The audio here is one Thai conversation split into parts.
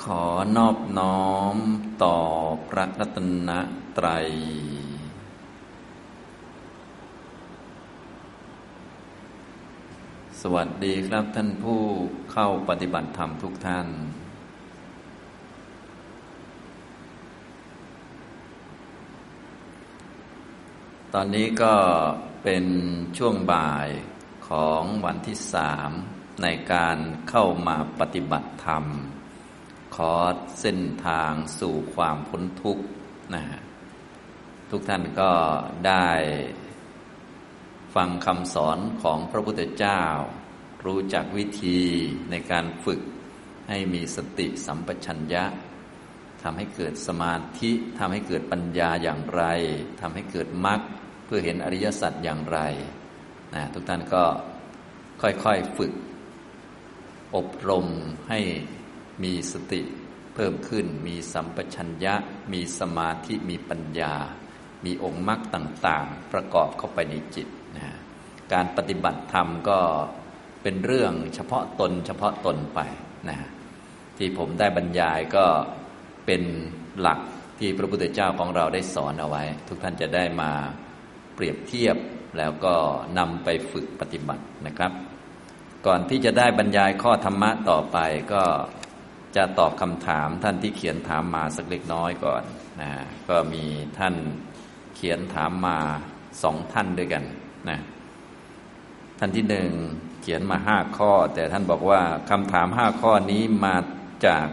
ขอนอบน้อมต่อพระรัตนตรัยสวัสดีครับท่านผู้เข้าปฏิบัติธรรมทุกท่านตอนนี้ก็เป็นช่วงบ่ายของวันที่3ในการเข้ามาปฏิบัติธรรมขอเส้นทางสู่ความพ้นทุกข์นะทุกท่านก็ได้ฟังคำสอนของพระพุทธเจ้ารู้จักวิธีในการฝึกให้มีสติสัมปชัญญะทำให้เกิดสมาธิทำให้เกิดปัญญาอย่างไรทำให้เกิดมรรคเพื่อเห็นอริยสัจอย่างไรนะทุกท่านก็ค่อยๆฝึกอบรมให้มีสติเพิ่มขึ้นมีสัมปชัญญะมีสมาธิมีปัญญามีองค์มรรคต่างๆประกอบเข้าไปในจิตนะการปฏิบัติธรรมก็เป็นเรื่องเฉพาะตนไปนะที่ผมได้บรรยายก็เป็นหลักที่พระพุทธเจ้าของเราได้สอนเอาไว้ทุกท่านจะได้มาเปรียบเทียบแล้วก็นำไปฝึกปฏิบัตินะครับก่อนที่จะได้บรรยายข้อธรรมะต่อไปก็จะตอบคำถามท่านที่เขียนถามมาสักเล็กน้อยก่อนนะก็มีท่านเขียนถามมา2ท่านด้วยกันนะท่านที่1เขียนมา5ข้อแต่ท่านบอกว่าคำถาม5ข้อนี้มาจาก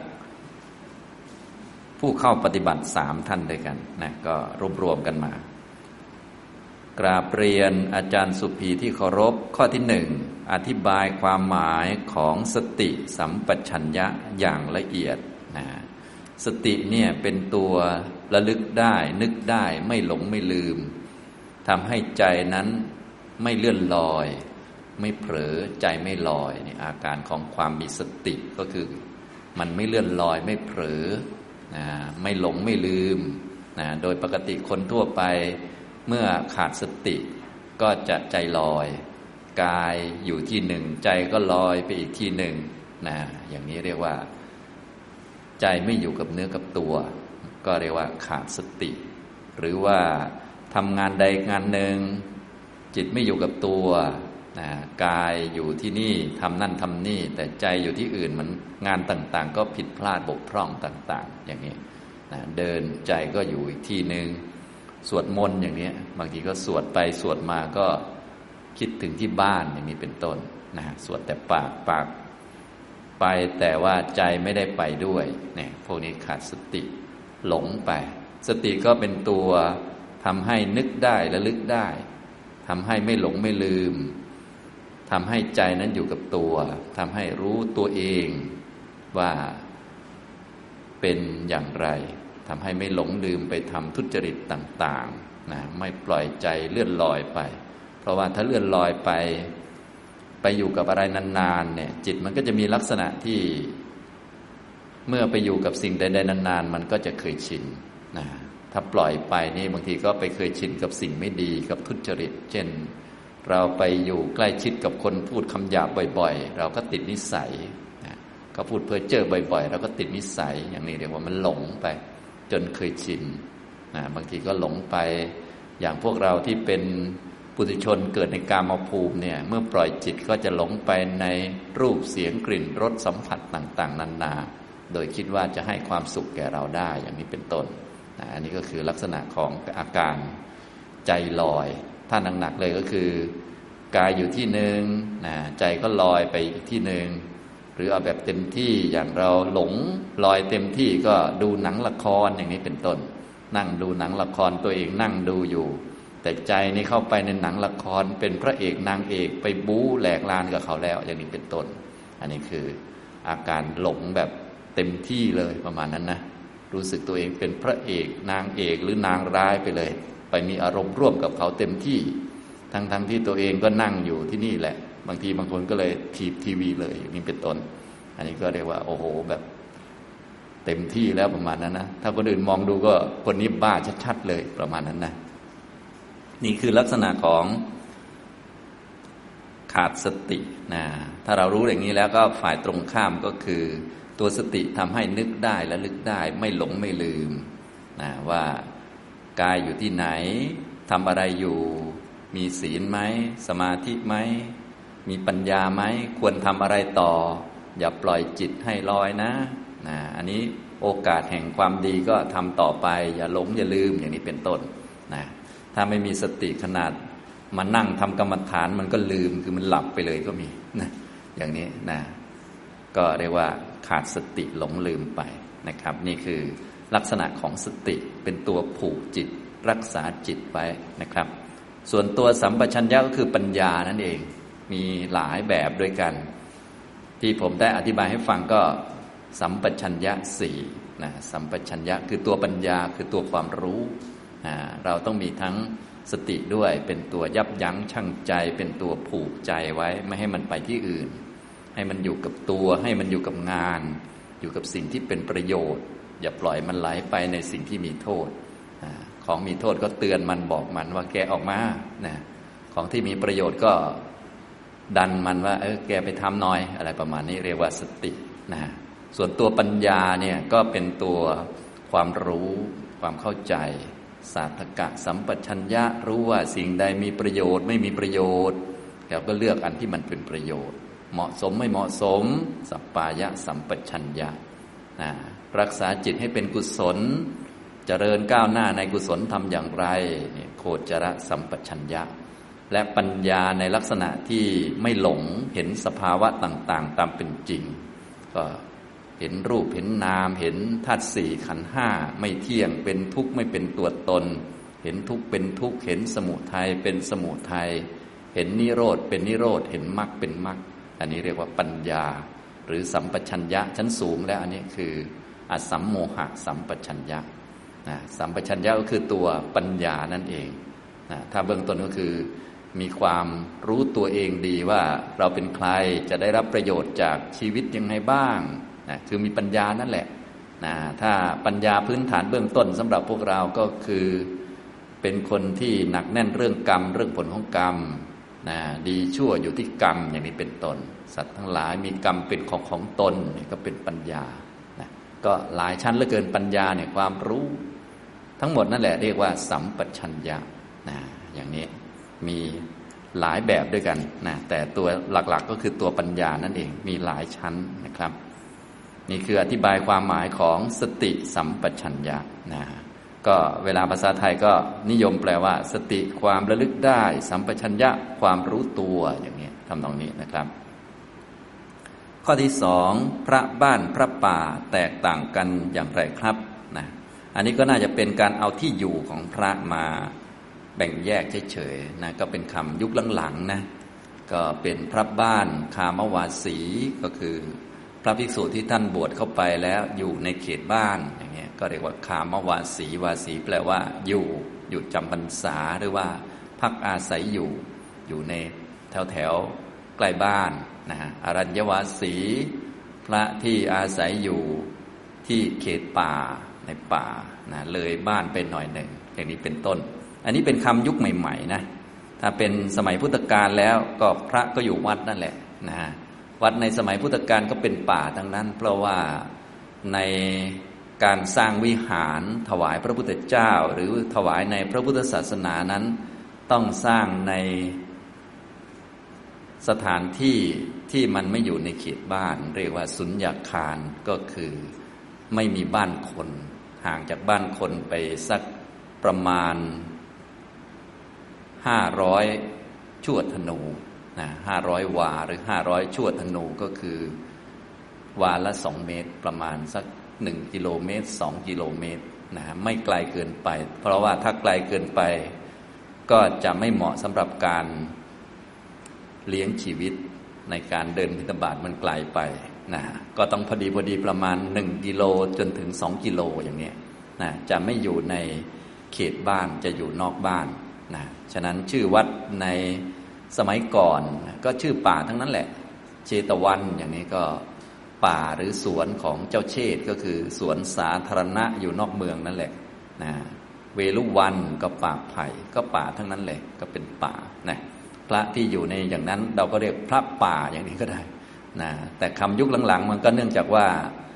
ผู้เข้าปฏิบัติ3ท่านด้วยกันนะก็รวมกันมากราบเรียนอาจารย์สุภีที่เคารพข้อที่1อธิบายความหมายของสติสัมปชัญญะอย่างละเอียดนะสติเนี่ยเป็นตัวระลึกได้นึกได้ไม่หลงไม่ลืมทำให้ใจนั้นไม่เลื่อนลอยไม่เผลอใจไม่ลอยนี่อาการของความมีสติก็คือมันไม่เลื่อนลอยไม่เผลอนะไม่หลงไม่ลืมนะโดยปกติคนทั่วไปเมื่อขาดสติก็จะใจลอยกายอยู่ที่หนึ่งใจก็ลอยไปอีกที่หนึ่งนะอย่างนี้เรียกว่าใจไม่อยู่กับเนื้อกับตัวก็เรียกว่าขาดสติหรือว่าทำงานใดงานหนึ่งจิตไม่อยู่กับตัวนะกายอยู่ที่นี่ทำนั่นทำนี่แต่ใจอยู่ที่อื่นมันงานต่างๆก็ผิดพลาดบกพร่องต่างๆอย่างนี้นะเดินใจก็อยู่อีกที่หนึ่งสวดมนต์อย่างนี้บางทีก็สวดไปสวดมาก็คิดถึงที่บ้านอย่างนี้เป็นต้นนะสวดแต่ปากไปแต่ว่าใจไม่ได้ไปด้วยเนี่ยพวกนี้ขาดสติหลงไปสติก็เป็นตัวทำให้นึกได้ระลึกได้ทำให้ไม่หลงไม่ลืมทำให้ใจนั้นอยู่กับตัวทำให้รู้ตัวเองว่าเป็นอย่างไรทำให้ไม่หลงลืมไปทำทุจริตต่างๆนะไม่ปล่อยใจเลื่อนลอยไปเพราะว่าถ้าเลื่อนลอยไปอยู่กับอะไรนานๆเนี่ยจิตมันก็จะมีลักษณะที่เมื่อไปอยู่กับสิ่งใดๆนานๆมันก็จะเคยชินนะถ้าปล่อยไปนี่บางทีก็ไปเคยชินกับสิ่งไม่ดีกับทุจริตเช่นเราไปอยู่ใกล้ชิดกับคนพูดคำหยาบบ่อยๆเราก็ติดนิสัยนะก็พูดเพ้อเจ้อบ่อยๆเราก็ติดนิสัยอย่างนี้เรียกว่ามันหลงไปจนเคยชินนะบางทีก็หลงไปอย่างพวกเราที่เป็นปุถุชนเกิดในกามภูมิเนี่ยเมื่อปล่อยจิตก็จะหลงไปในรูปเสียงกลิ่นรสสัมผัสต่างๆนานาโดยคิดว่าจะให้ความสุขแก่เราได้อย่างนี้เป็นต้นนะอันนี้ก็คือลักษณะของอาการใจลอยถ้าหนักๆเลยก็คือกายอยู่ที่หนึ่งนะใจก็ลอยไปอีกที่หนึ่งหรือเอาแบบเต็มที่อย่างเราหลงลอยเต็มที่ก็ดูหนังละครอย่างนี้เป็นต้นนั่งดูหนังละครตัวเองนั่งดูอยู่แต่ใจนี่เข้าไปในหนังละครเป็นพระเอกนางเอกไปบู๊แหลกลานกับเขาแล้วอย่างนี้เป็นต้นอันนี้คืออาการหลงแบบเต็มที่เลยประมาณนั้นนะรู้สึกตัวเองเป็นพระเอกนางเอกหรือนางร้ายไปเลยไปมีอารมณ์ร่วมกับเขาเต็มที่ทั้งที่ตัวเองก็นั่งอยู่ที่นี่แหละบางทีบางคนก็เลยถีบทีวีเลยอย่างนี้เป็นต้นอันนี้ก็เรียกว่าโอ้โหแบบเต็มที่แล้วประมาณนั้นนะถ้าคนอื่นมองดูก็คนนี้บ้าชัดๆเลยประมาณนั้นนะนี่คือลักษณะของขาดสตินะถ้าเรารู้อย่างนี้แล้วก็ฝ่ายตรงข้ามก็คือตัวสติทำให้นึกได้และลึกได้ไม่หลงไม่ลืมนะว่ากายอยู่ที่ไหนทำอะไรอยู่มีศีลไหมสมาธิไหมมีปัญญาไหมควรทำอะไรต่ออย่าปล่อยจิตให้ลอยนะอันนี้โอกาสแห่งความดีก็ทำต่อไปอย่าหลงอย่าลืมอย่างนี้เป็นต้นนะถ้าไม่มีสติขนาดมานั่งทำกรรมฐานมันก็ลืมคือมันหลับไปเลยก็มีนะอย่างนี้นะก็เรียกว่าขาดสติหลงลืมไปนะครับนี่คือลักษณะของสติเป็นตัวผูกจิตรักษาจิตไว้นะครับส่วนตัวสัมปชัญญะก็คือปัญญานั่นเองมีหลายแบบด้วยกันที่ผมได้อธิบายให้ฟังก็สัมปชัญญะสี่นะสัมปชัญญะคือตัวปัญญาคือตัวความรู้เราต้องมีทั้งสติด้วยเป็นตัวยับยั้งชั่งใจเป็นตัวผูกใจไว้ไม่ให้มันไปที่อื่นให้มันอยู่กับตัวให้มันอยู่กับงานอยู่กับสิ่งที่เป็นประโยชน์อย่าปล่อยมันไหลไปในสิ่งที่มีโทษของมีโทษก็เตือนมันบอกมันว่าแกออกมานะของที่มีประโยชน์ก็ดันมันว่าแกไปทำหน่อยอะไรประมาณนี้เรียกว่าสตินะส่วนตัวปัญญาเนี่ยก็เป็นตัวความรู้ความเข้าใจสาธกะสัมปชัญญะรู้ว่าสิ่งใดมีประโยชน์ไม่มีประโยชน์เราก็เลือกอันที่มันเป็นประโยชน์เหมาะสมไม่เหมาะสมสัปปายะสัมปชัญญะรักษาจิตให้เป็นกุศลเจริญก้าวหน้าในกุศลทำอย่างไรเนี่ยโคจรสัมปชัญญะและปัญญาในลักษณะที่ไม่หลงเห็นสภาวะต่างๆตามเป็นจริงก็เห็นรูปเห็นนามเห็นธาตุสี่ขันธ์ห้าไม่เที่ยงเป็นทุกข์ไม่เป็นตัวตนเห็นทุกข์เป็นทุกข์เห็นสมุทัยเป็นสมุทัยเห็นนิโรธเป็นนิโรธเห็นมรรคเป็นมรรคอันนี้เรียกว่าปัญญาหรือสัมปชัญญะชั้นสูงแล้วอันนี้คืออสัมโมหะสัมปชัญญะสัมปชัญญะก็คือตัวปัญญานั่นเองถ้าเบื้องต้นก็คือมีความรู้ตัวเองดีว่าเราเป็นใครจะได้รับประโยชน์จากชีวิตยังไงบ้างคือมีปัญญานั่นแหละถ้าปัญญาพื้นฐานเบื้องต้นสำหรับพวกเราก็คือเป็นคนที่หนักแน่นเรื่องกรรมเรื่องผลของกรรมดีชั่วอยู่ที่กรรมอย่างนี้เป็นต้นสัตว์ทั้งหลายมีกรรมเป็นของตนนี่ก็เป็นปัญญาก็หลายชั้นเหลือเกินปัญญาเนี่ยความรู้ทั้งหมดนั่นแหละเรียกว่าสัมปชัญญะอย่างนี้มีหลายแบบด้วยกันแต่ตัวหลักๆก็คือตัวปัญญานั่นเองมีหลายชั้นนะครับนี่คืออธิบายความหมายของสติสัมปชัญญะก็เวลาภาษาไทยก็นิยมแปลว่าสติความระลึกได้สัมปชัญญะความรู้ตัวอย่างนี้ทำตรงนี้นะครับข้อที่สองพระบ้านพระป่าแตกต่างกันอย่างไรครับอันนี้ก็น่าจะเป็นการเอาที่อยู่ของพระมาแบ่งแยกเฉยๆก็เป็นคำยุคหลังๆนะก็เป็นพระบ้านคามวาสีก็คือพระภิกษุที่ท่านบวชเข้าไปแล้วอยู่ในเขตบ้านอย่างเงี้ยก็เรียกว่าคามวาสีวาสีแปลว่าอยู่จำพรรษาหรือว่าพักอาศัยอยู่ในแถวใกล้บ้านอรัญญวาสีพระที่อาศัยอยู่ที่เขตป่าในป่าเลยบ้านไปหน่อยหนึ่งอย่างนี้เป็นต้นอันนี้เป็นคำยุคใหม่ๆนะถ้าเป็นสมัยพุทธกาลแล้วก็พระก็อยู่วัดนั่นแหละวัดในสมัยพุทธกาลก็เป็นป่าทั้งนั้นเพราะว่าในการสร้างวิหารถวายพระพุทธเจ้าหรือถวายในพระพุทธศาสนานั้นต้องสร้างในสถานที่ที่มันไม่อยู่ในเขตบ้านเรียกว่าสุญญาคารก็คือไม่มีบ้านคนห่างจากบ้านคนไปสักประมาณ500ชั่วธนู500 วาหรือ500ชั่วธนูก็คือวาละ2 เมตรประมาณสัก1 กิโลเมตร2 กิโลเมตรไม่ไกลเกินไปเพราะว่าถ้าไกลเกินไปก็จะไม่เหมาะสำหรับการเลี้ยงชีวิตในการเดินบิณฑบาตมันไกลไปก็ต้องพอดีประมาณ1 กิโลจนถึง2 กิโลอย่างนี้จะไม่อยู่ในเขตบ้านจะอยู่นอกบ้านฉะนั้นชื่อวัดในสมัยก่อนก็ชื่อป่าทั้งนั้นแหละเชตวันอย่างนี้ก็ป่าหรือสวนของเจ้าเชษก็คือสวนสาธารณะอยู่นอกเมืองนั่นแหละเวลุวันก็ป่าไผ่ก็ป่าทั้งนั้นแหละก็เป็นป่าพระที่อยู่ในอย่างนั้นเราก็เรียกพระป่าอย่างนี้ก็ได้แต่คำยุคหลังๆมันก็เนื่องจากว่า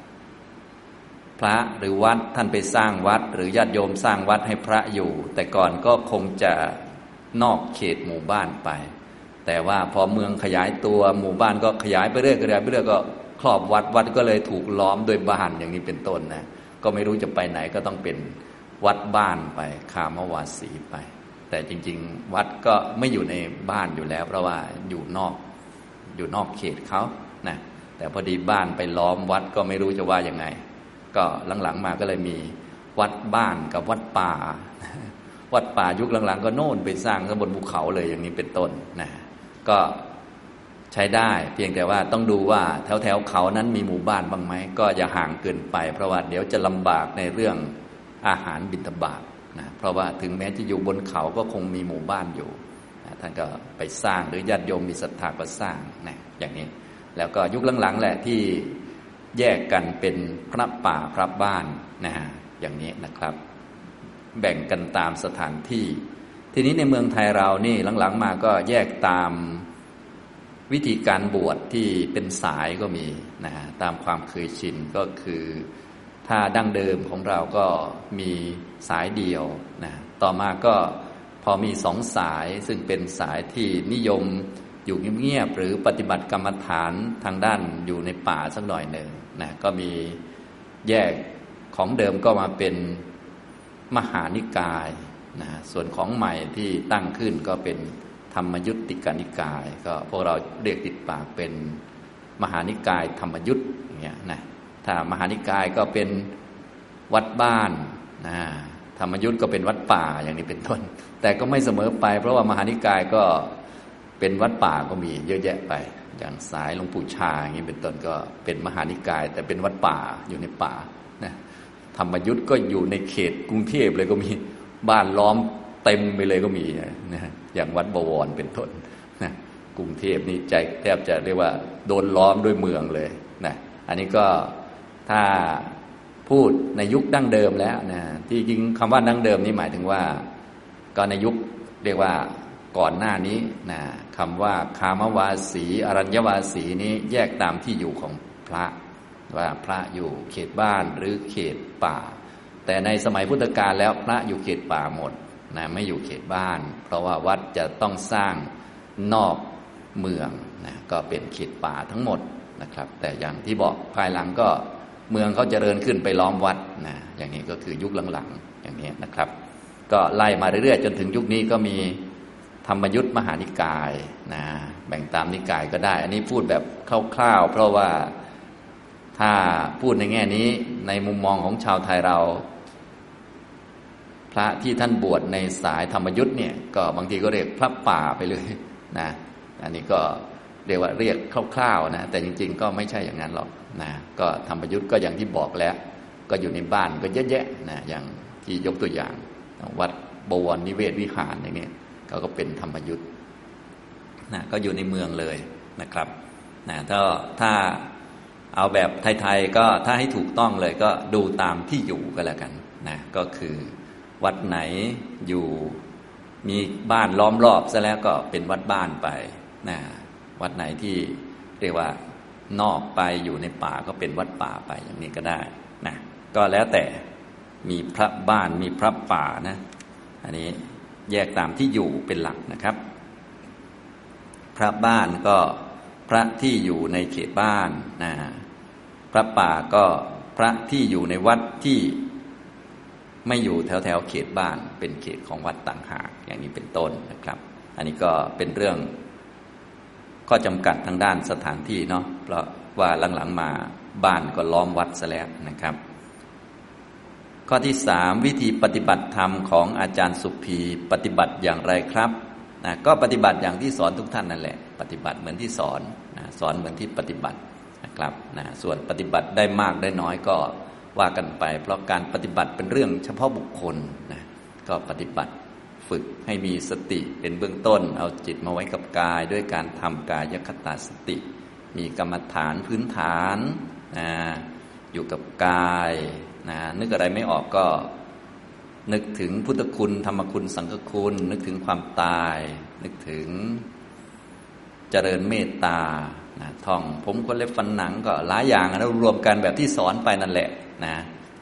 พระหรือวัดท่านไปสร้างวัดหรือญาติโยมสร้างวัดให้พระอยู่แต่ก่อนก็คงจะนอกเขตหมู่บ้านไปแต่ว่าพอเมืองขยายตัวหมู่บ้านก็ขยายไปเรื่อยก็ครอบวัดก็เลยถูกล้อมด้วยบ้านอย่างนี้เป็นต้นนะก็ไม่รู้จะไปไหนก็ต้องเป็นวัดบ้านไปคามวาสีไปแต่จริงๆวัดก็ไม่อยู่ในบ้านอยู่แล้วเพราะว่าอยู่นอกเขตเขานะแต่พอดีบ้านไปล้อมวัดก็ไม่รู้จะว่ายังไงก็หลังๆมาก็เลยมีวัดบ้านกับวัดป่าวัดป่ายุคหลังๆก็โน่นไปสร้างข้างบนภูเขาเลยอย่างนี้เป็นต้นนะก็ใช้ได้เพียงแต่ว่าต้องดูว่าแถวเขานั้นมีหมู่บ้านบ้างไหมก็อย่าห่างเกินไปเพราะว่าเดี๋ยวจะลำบากในเรื่องอาหารบิณฑบาตนะเพราะว่าถึงแม้จะอยู่บนเขาก็คงมีหมู่บ้านอยู่นะท่านก็ไปสร้างหรือญาติโยมมีศรัทธาก็สร้างนะอย่างนี้แล้วก็ยุคหลังๆแหละที่แยกกันเป็นพระป่าพระบ้านนะอย่างนี้นะครับแบ่งกันตามสถานที่ทีนี้ในเมืองไทยเรานี่หลังๆมาก็แยกตามวิธีการบวชที่เป็นสายก็มีนะตามความเคยชินก็คือถ้าดั้งเดิมของเราก็มีสายเดียวนะต่อมาก็พอมีสองสายซึ่งเป็นสายที่นิยมอยู่เงียบๆหรือปฏิบัติกรรมฐานทางด้านอยู่ในป่าสักหน่อยหนึ่งนะก็มีแยกของเดิมก็มาเป็นมหานิกายนะส่วนของใหม่ที่ตั้งขึ้นก็เป็นธรรมยุตติกนิกายก็พวกเราเรียกติดปากเป็นมหานิกายธรรมยุตอย่างเงี้ยนะถ้ามหานิกายก็เป็นวัดบ้านนะธรรมยุตก็เป็นวัดป่าอย่างนี้เป็นต้นแต่ก็ไม่เสมอไปเพราะว่ามหานิกายก็เป็นวัดป่าก็มีเยอะแยะไปอย่างสายหลวงปู่ชาอย่างนี้เป็นต้นก็เป็นมหานิกายแต่เป็นวัดป่าอยู่ในป่านะธรรมยุตก็อยู่ในเขตกรุงเทพเลยก็มีบ้านล้อมเต็มไปเลยก็มีนะอย่างวัดบวรเป็นต้นนะกรุงเทพนี่ใจแทบจะเรียกว่าโดนล้อมด้วยเมืองเลยนะอันนี้ก็ถ้าพูดในยุคดั้งเดิมแล้วนะที่จริงคำว่าดั้งเดิมนี่หมายถึงว่าก็ในยุคเรียกว่าก่อนหน้านี้นะคำว่าคามวาสีอรัญญวาสีนี้แยกตามที่อยู่ของพระว่าพระอยู่เขตบ้านหรือเขตป่าแต่ในสมัยพุทธกาลแล้วพระอยู่เขตป่าหมดนะไม่อยู่เขตบ้านเพราะว่าวัดจะต้องสร้างนอกเมืองนะก็เป็นเขตป่าทั้งหมดนะครับแต่อย่างที่บอกภายหลังก็เมืองเขาเจริญขึ้นไปล้อมวัดนะอย่างนี้ก็คือยุคหลังๆอย่างนี้นะครับก็ไล่มาเรื่อยๆจนถึงยุคนี้ก็มีธรรมยุตมหานิกายนะแบ่งตามนิกายก็ได้อันนี้พูดแบบคร่าวๆเพราะว่าถ้าพูดในแง่นี้ในมุมมองของชาวไทยเราพระที่ท่านบวชในสายธรรมยุตเนี่ยก็บางทีก็เรียกพระป่าไปเลยนะอันนี้ก็เรียกว่าเรียกคร่าวๆนะแต่จริงๆก็ไม่ใช่อย่างนั้นหรอกนะก็ธรรมยุตก็อย่างที่บอกแล้วก็อยู่ในบ้านก็เยอะแยะนะอย่างที่ยกตัวอย่างวัดบวรนิเวศวิหารอย่างนี้ก็เป็นธรรมยุตนะก็อยู่ในเมืองเลยนะครับนะถ้าเอาแบบไทยๆก็ถ้าให้ถูกต้องเลยก็ดูตามที่อยู่ก็แล้วกันนะก็คือวัดไหนอยู่มีบ้านล้อมรอบซะแล้วก็เป็นวัดบ้านไปนะวัดไหนที่เรียกว่านอกไปอยู่ในป่าก็เป็นวัดป่าไปอย่างนี้ก็ได้นะก็แล้วแต่มีพระบ้านมีพระป่านะอันนี้แยกตามที่อยู่เป็นหลักนะครับพระบ้านก็พระที่อยู่ในเขตบ้านนะพระป่าก็พระที่อยู่ในวัดที่ไม่อยู่แถวเขตบ้านเป็นเขตของวัดต่างหากอย่างนี้เป็นต้นนะครับอันนี้ก็เป็นเรื่องข้อจำกัดทางด้านสถานที่เนาะเพราะว่าหลังๆมาบ้านก็ล้อมวัดซะแล้วนะครับข้อที่3วิธีปฏิบัติธรรมของอาจารย์สุภีปฏิบัติอย่างไรครับนะก็ปฏิบัติอย่างที่สอนทุกท่านนั่นแหละปฏิบัติเหมือนที่สอนนะสอนเหมือนที่ปฏิบัตินะครับนะส่วนปฏิบัติได้มากได้น้อยก็ว่ากันไปเพราะการปฏิบัติเป็นเรื่องเฉพาะบุคคลนะก็ปฏิบัติฝึกให้มีสติเป็นเบื้องต้นเอาจิตมาไว้กับกายด้วยการทำกายคตาสติมีกรรมฐานพื้นฐานอยู่กับกายนะนึกอะไรไม่ออกก็นึกถึงพุทธคุณธรรมคุณสังฆคุณนึกถึงความตายนึกถึงเจริญเมตตานะท่องผมขนเล็บฟันหนังก็หลายอย่างนะรวมกันแบบที่สอนไปนั่นแหละนะ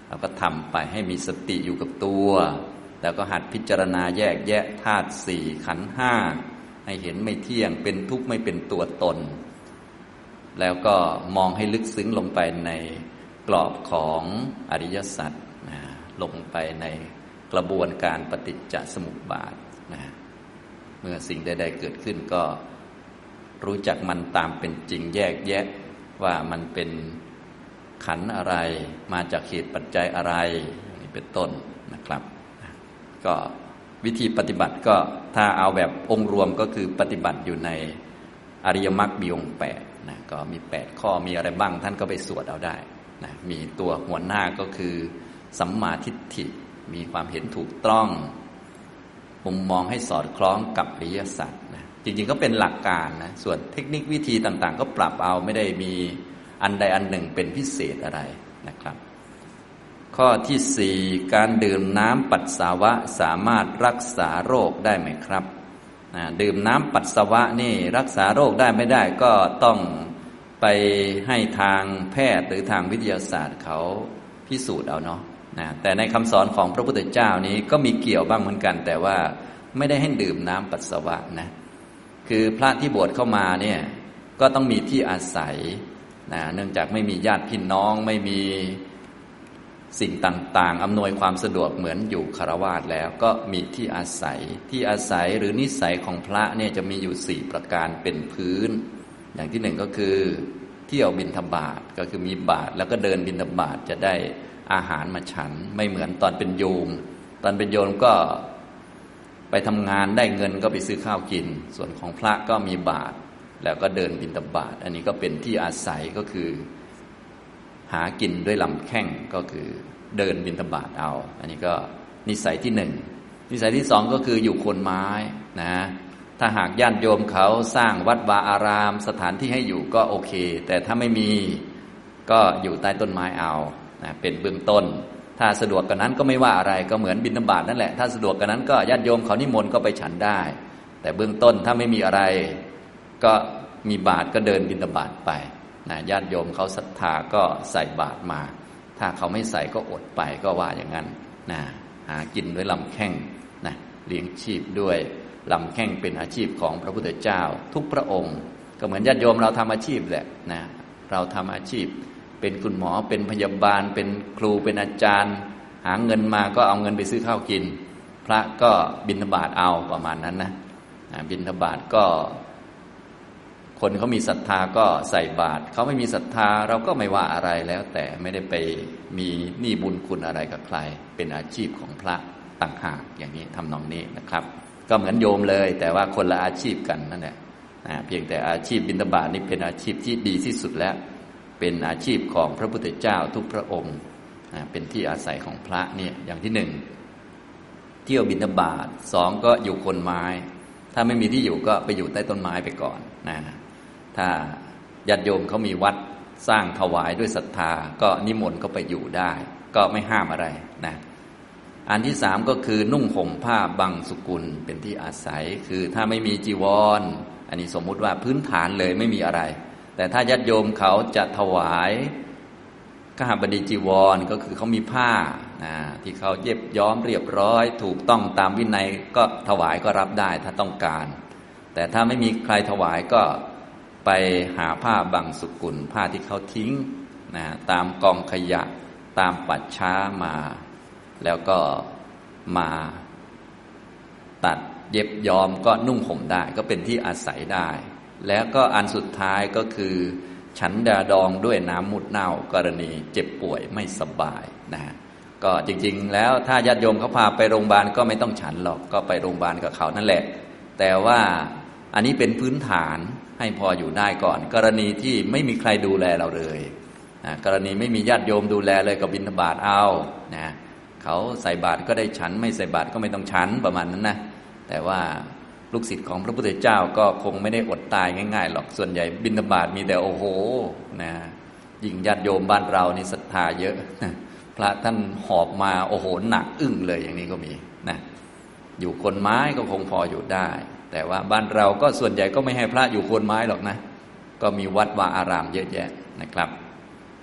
เราก็ทำไปให้มีสติอยู่กับตัวแล้วก็หัดพิจารณาแยกแยะธาตุสี่ขันธ์ห้าให้เห็นไม่เที่ยงเป็นทุกข์ไม่เป็นตัวตนแล้วก็มองให้ลึกซึ้งลงไปในกรอบของอริยสัจลงไปในกระบวนการปฏิจจสมุปบาทเมื่อสิ่งใดๆเกิดขึ้นก็รู้จักมันตามเป็นจริงแยกแยะว่ามันเป็นขันธ์อะไรมาจากเหตุปัจจัยอะไรนี่เป็นต้นนะครับก็วิธีปฏิบัติก็ถ้าเอาแบบองค์รวมก็คือปฏิบัติอยู่ในอริยมรรคมีองค์8นะก็มี8ข้อมีอะไรบ้างท่านก็ไปสวดเอาได้นะมีตัวหัวหน้าก็คือสัมมาทิฏฐิมีความเห็นถูกต้องมุมมองให้สอดคล้องกับอริยสัจนะจริงๆก็เป็นหลักการนะส่วนเทคนิควิธีต่างๆก็ปรับเอาไม่ได้มีอันใดอันหนึ่งเป็นพิเศษอะไรนะครับข้อที่4การดื่มน้ำปัสสาวะสามารถรักษาโรคได้ไหมครับดื่มน้ำปัสสาวะนี่รักษาโรคได้ไม่ได้ก็ต้องไปให้ทางแพทย์หรือทางวิทยาศาสตร์เขาพิสูจน์เอาเนาะแต่ในคำสอนของพระพุทธเจ้านี้ก็มีเกี่ยวบ้างเหมือนกันแต่ว่าไม่ได้ให้ดื่มน้ำปัสสาวะนะคือพระที่บวชเข้ามาเนี่ยก็ต้องมีที่อาศัยเนื่องจากไม่มีญาติพี่น้องไม่มีสิ่งต่างๆอำนวยความสะดวกเหมือนอยู่ฆราวาสแล้วก็มีที่อาศัยหรือนิสัยของพระเนี่ยจะมีอยู่4ประการเป็นพื้นอย่างที่1ก็คือเที่ยวบิณฑบาตก็คือมีบาตรแล้วก็เดินบิณฑบาตจะได้อาหารมาฉันไม่เหมือนตอนเป็นโยมตอนเป็นโยมก็ไปทำงานได้เงินก็ไปซื้อข้าวกินส่วนของพระก็มีบาตรแล้วก็เดินบิณฑบาตอันนี้ก็เป็นที่อาศัยก็คือหากินด้วยลำแข้งก็คือเดินบิณฑบาตเอาอันนี้ก็นิสัยที่1นิสัยที่2ก็คืออยู่โคนไม้นะถ้าหากญาติโยมเขาสร้างวัดวาอารามสถานที่ให้อยู่ก็โอเคแต่ถ้าไม่มีก็อยู่ใต้ต้นไม้เอาเป็นเบื้องต้นถ้าสะดวกกันนั้นก็ไม่ว่าอะไรก็เหมือนบิณฑบาตนั่นแหละถ้าสะดวกกันนั้นก็ญาติโยมเขานิมนต์ก็ไปฉันได้แต่เบื้องต้นถ้าไม่มีอะไรก็มีบาตรก็เดินบิณฑบาตไปญาติโยมเขาศรัทธาก็ใส่บาตรมาถ้าเขาไม่ใส่ก็อดไปก็ว่าอย่างนั้นหากินด้วยลำแข้งเลี้ยงชีพด้วยลำแข้งเป็นอาชีพของพระพุทธเจ้าทุกพระองค์ก็เหมือนญาติโยมเราทำอาชีพแหละเราทำอาชีพเป็นคุณหมอเป็นพยาบาลเป็นครูเป็นอาจารย์หาเงินมาก็เอาเงินไปซื้อข้าวกินพระก็บิณฑบาตเอาประมาณนั้นนะบิณฑบาตก็คนเขามีศรัทธาก็ใส่บาตรเขาไม่มีศรัทธาเราก็ไม่ว่าอะไรแล้วแต่ไม่ได้ไปมีหนี้บุญคุณอะไรกับใครเป็นอาชีพของพระต่างหากอย่างนี้ทำนองนี้นะครับก็เหมือนโยมเลยแต่ว่าคนละอาชีพกันนั่นแหละเพียงแต่อาชีพบิณฑบาตนี่เป็นอาชีพที่ดีที่สุดแล้วเป็นอาชีพของพระพุทธเจ้าทุกพระองค์เป็นที่อาศัยของพระเนี่ยอย่างที่1เที่ยวบิณฑบาต2ก็อยู่โคนไม้ถ้าไม่มีที่อยู่ก็ไปอยู่ใต้ต้นไม้ไปก่อนถ้าญาติโยมเขามีวัดสร้างถวายด้วยศรัทธาก็นิมนต์ก็ไปอยู่ได้ก็ไม่ห้ามอะไรอันที่3ก็คือนุ่งห่มผ้าบังสุกุลเป็นที่อาศัยคือถ้าไม่มีจีวรอันนี้สมมุติว่าพื้นฐานเลยไม่มีอะไรแต่ถ้าญาติโยมเขาจะถวายกหบดีจีวรก็คือเขามีผ้าที่เขาเย็บย้อมเรียบร้อยถูกต้องตามวินัยก็ถวายก็รับได้ถ้าต้องการแต่ถ้าไม่มีใครถวายก็ไปหาผ้าบังสุกุลผ้าที่เขาทิ้งตามกองขยะตามป่าช้ามาแล้วก็มาตัดเย็บย้อมก็นุ่งห่มได้ก็เป็นที่อาศัยได้แล้วก็อันสุดท้ายก็คือฉันยาดองด้วยน้ำมูดเน่ากรณีเจ็บป่วยไม่สบายก็จริงๆแล้วถ้าญาติโยมเขาพาไปโรงพยาบาลก็ไม่ต้องฉันหรอกก็ไปโรงพยาบาลกับเขานั่นแหละแต่ว่าอันนี้เป็นพื้นฐานให้พออยู่ได้ก่อนกรณีที่ไม่มีใครดูแลเราเลยกรณีไม่มีญาติโยมดูแลเลยก็บิณฑบาตเอาเขาใส่บาตรก็ได้ฉันไม่ใส่บาตรก็ไม่ต้องฉันประมาณนั้นนะแต่ว่าลูกศิษย์ของพระพุทธเจ้าก็คงไม่ได้อดตายง่ายๆหรอกส่วนใหญ่บิณฑบาตมีแต่โอ้โหยิ่งญาติโยมบ้านเรานี่ศรัทธาเยอะพระท่านหอบมาโอ้โหหนักอึ้งเลยอย่างนี้ก็มีอยู่โคนไม้ก็คงพออยู่ได้แต่ว่าบ้านเราก็ส่วนใหญ่ก็ไม่ให้พระอยู่โคนไม้หรอกนะก็มีวัดวาอารามเยอะแยะนะครับ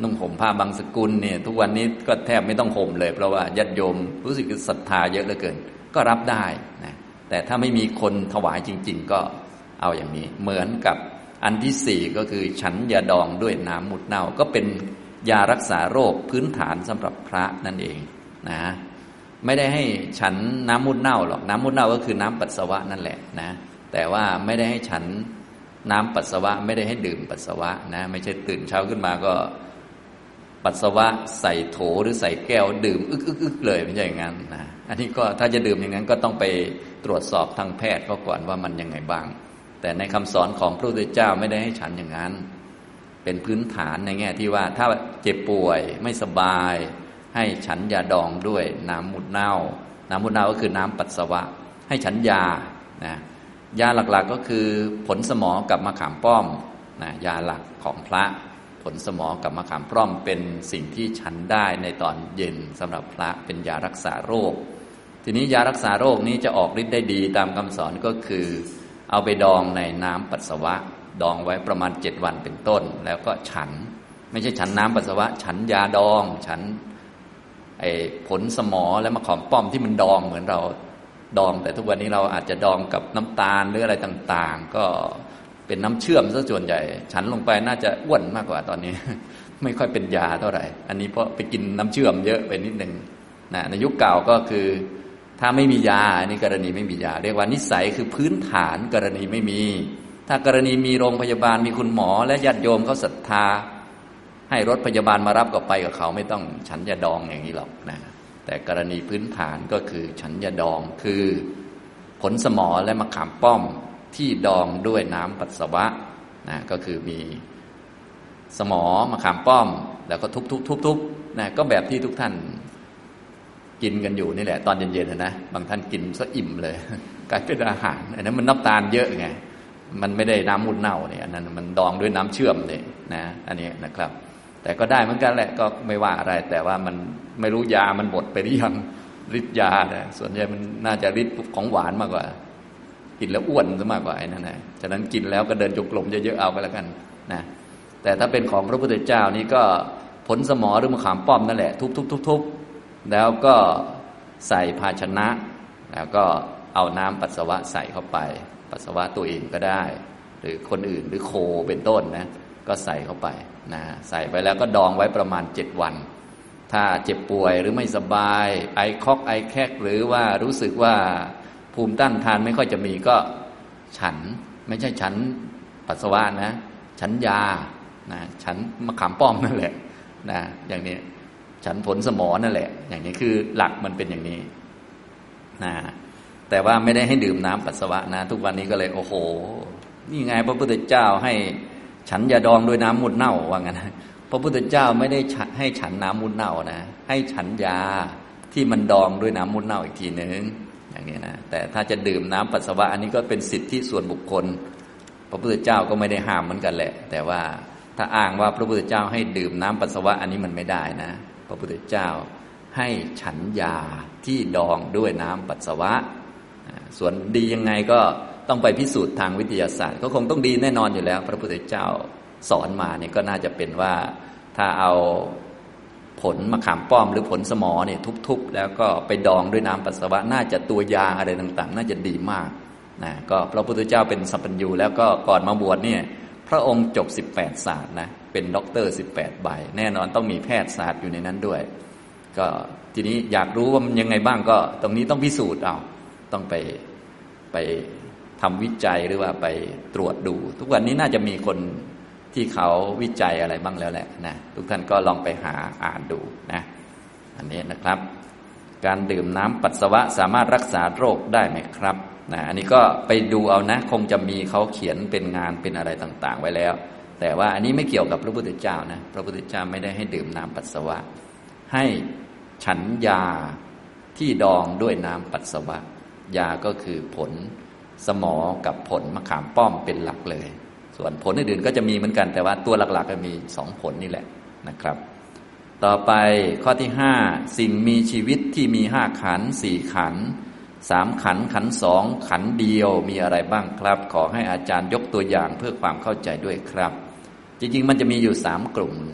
นุ่งห่มผ้าบางสกุลเนี่ยทุกวันนี้ก็แทบไม่ต้องห่มเลยเพราะว่าญาติโยมรู้สึกศรัทธาเยอะเหลือเกินก็รับได้นะแต่ถ้าไม่มีคนถวายจริงๆก็เอาอย่างนี้เหมือนกับอันที่สี่ก็คือฉันยาดองด้วยน้ำมูดเน่าก็เป็นยารักษาโรคพื้นฐานสำหรับพระนั่นเองนะไม่ได้ให้ฉันน้ำมูดเน่าหรอกน้ำมูดเน่าก็คือน้ำปัสสาวะนั่นแหละนะแต่ว่าไม่ได้ให้ฉันน้ำปัสสาวะไม่ได้ให้ดื่มปัสสาวะนะไม่ใช่ตื่นเช้าขึ้นมาก็ปัสสาวะใส่โถหรือใส่แก้วดื่มอึกเลยไม่ใช่อย่างนั้นนะอันนี้ก็ถ้าจะดื่มอย่างนั้นก็ต้องไปตรวจสอบทางแพทย์เขาก่อนว่ามันยังไงบ้างแต่ในคำสอนของพระพุทธเจ้าไม่ได้ให้ฉันอย่างนั้นเป็นพื้นฐานในแง่ที่ว่าถ้าเจ็บป่วยไม่สบายให้ฉันยาดองด้วยน้ำมูดเน่าน้ำมูดเน่าก็คือน้ำปัสสาวะให้ฉันยานะยาหลักๆก็คือผลสมอกับมะขามป้อมนะยาหลักของพระผลสมอกับมะขามป้อมเป็นสิ่งที่ฉันได้ในตอนเย็นสำหรับพระเป็นยารักษาโรคทีนี้ยารักษาโรคนี้จะออกฤทธิ์ได้ดีตามคำสอนก็คือเอาไปดองในน้ำปัสสาวะดองไว้ประมาณ7 วันเป็นต้นแล้วก็ฉันไม่ใช่ฉันน้ำปัสสาวะฉันยาดองฉันผลสมอและมะขามป้อมที่มันดองเหมือนเราดองแต่ทุกวันนี้เราอาจจะดองกับน้ำตาลหรืออะไรต่างๆก็เป็นน้ำเชื่อมซะส่วนใหญ่ฉันลงไปน่าจะอ้วนมากกว่าตอนนี้ ไม่ค่อยเป็นยาเท่าไหร่อันนี้เพราะไปกินน้ำเชื่อมเยอะไปนิดนึงนะในยุคเก่าก็คือถ้าไม่มียาอันนี้กรณีไม่มียาเรียกว่านิสัยคือพื้นฐานกรณีไม่มีถ้ากรณีมีโรงพยาบาลมีคุณหมอและญาติโยมเขาศรัทธาให้รถพยาบาลมารับก็ไปกับเขาไม่ต้องฉันยาดองอย่างนี้หรอกนะแต่กรณีพื้นฐานก็คือฉันยาดองคือผลสมอและมะขามป้อมที่ดองด้วยน้ำปัสสาวะนะก็คือมีสมอมะขามป้อมแล้วก็ทุบนะก็แบบที่ทุกท่านกินกันอยู่นี่แหละตอนเย็นๆนะบางท่านกินซะอิ่มเลยกลายเป็นอาหารอันนั้นมันน้ำตาลเยอะไงมันไม่ได้น้ำมูดเน่าเนี่ยอันนั้นมันดองด้วยน้ำเชื่อมเนี่ยนะอันนี้นะครับแต่ก็ได้เหมือนกันแหละก็ไม่ว่าอะไรแต่ว่ามันไม่รู้ยามันหมดไปหรือยังฤทธิ์ยาเนี่ยส่วนใหญ่มันน่าจะฤทธิ์ของหวานมากกว่ากินแล้วอ้วนซะมากกว่าไอ้นั่นนะฉะนั้นกินแล้วก็เดินจงกรมเยอะๆเอาก็แล้วกันนะแต่ถ้าเป็นของพระพุทธเจ้านี่ก็ผลสมอหรือมะขามป้อมนั่นแหละทุบแล้วก็ใส่ภาชนะแล้วก็เอาน้ำปัสสาวะใส่เข้าไปปัสสาวะตัวเองก็ได้หรือคนอื่นหรือโคเป็นต้นนะก็ใส่เข้าไปนะใส่ไปแล้วก็ดองไว้ประมาณ7 วันถ้าเจ็บป่วยหรือไม่สบายไอคอกไอแคกหรือว่ารู้สึกว่าภูมิต้านทานไม่ค่อยจะมีก็ฉันไม่ใช่ฉันปัสสาวะนะฉันยานะฉันมะขามป้อมนั่นแหละนะอย่างนี้ฉันผลสมอนั่นแหละอย่างนี้คือหลักมันเป็นอย่างนี้นะแต่ว่าไม่ได้ให้ดื่มน้ำปัสสาวะนะทุกวันนี้ก็เลยโอ้โหนี่ไงพระพุทธเจ้าให้ฉันยาดองด้วยน้ำมูดเน่าว่างั้นพระพุทธเจ้าไม่ได้ให้ฉันน้ำมูดเน่านะให้ฉันยาที่มันดองด้วยน้ำมูดเน่าอีกทีนึงอย่างนี้นะแต่ถ้าจะดื่มน้ำปัสสาวะอันนี้ก็เป็นสิทธิส่วนบุคคลพระพุทธเจ้าก็ไม่ได้ห้ามเหมือนกันแหละแต่ว่าถ้าอ้างว่าพระพุทธเจ้าให้ดื่มน้ำปัสสาวะอันนี้มันไม่ได้นะพระพุทธเจ้าให้ฉันยาที่ดองด้วยน้ำปัสสาวะส่วนดียังไงก็ต้องไปพิสูจน์ทางวิทยาศาสตร์ก็คงต้องดีแน่นอนอยู่แล้วพระพุทธเจ้าสอนมาเนี่ยก็น่าจะเป็นว่าถ้าเอาผลมะขามป้อมหรือผลสมอเนี่ยทุบแล้วก็ไปดองด้วยน้ำปัสสาวะน่าจะตัวยาอะไรต่างๆน่าจะดีมากนะก็พระพุทธเจ้าเป็นสัพพัญญูแล้วก็ก่อนมาบวชเนี่ยพระองค์จบ18 ศาสตร์นะเป็นด็อกเตอร์18 ใบแน่นอนต้องมีแพทยศาสตร์อยู่ในนั้นด้วยก็ทีนี้อยากรู้ว่ามันยังไงบ้างก็ตรงนี้ต้องพิสูจน์เอาต้องไปทำวิจัยหรือว่าไปตรวจดูทุกวันนี้น่าจะมีคนที่เขาวิจัยอะไรบ้างแล้วแหละนะทุกท่านก็ลองไปหาอ่านดูนะอันนี้นะครับการดื่มน้ำปัสสาวะสามารถรักษาโรคได้ไหมครับนะอันนี้ก็ไปดูเอานะคงจะมีเขาเขียนเป็นงานเป็นอะไรต่างๆไว้แล้วแต่ว่าอันนี้ไม่เกี่ยวกับพระพุทธเจ้านะพระพุทธเจ้าไม่ได้ให้ดื่มน้ำปัสสาวะให้ฉันยาที่ดองด้วยน้ำปัสสาวะยาก็คือผลสมอกับผลมะขามป้อมเป็นหลักเลยส่วนผลอื่นๆก็จะมีเหมือนกันแต่ว่าตัวหลักๆก็มี2 ผลนี่แหละนะครับต่อไปข้อที่5สิ่งมีชีวิตที่มี5 ขันธ์4 ขันธ์3 ขันธ์ขันธ์2ขันธ์เดียวมีอะไรบ้างครับขอให้อาจารย์ยกตัวอย่างเพื่อความเข้าใจด้วยครับจริงๆมันจะมีอยู่3 กลุ่มนะ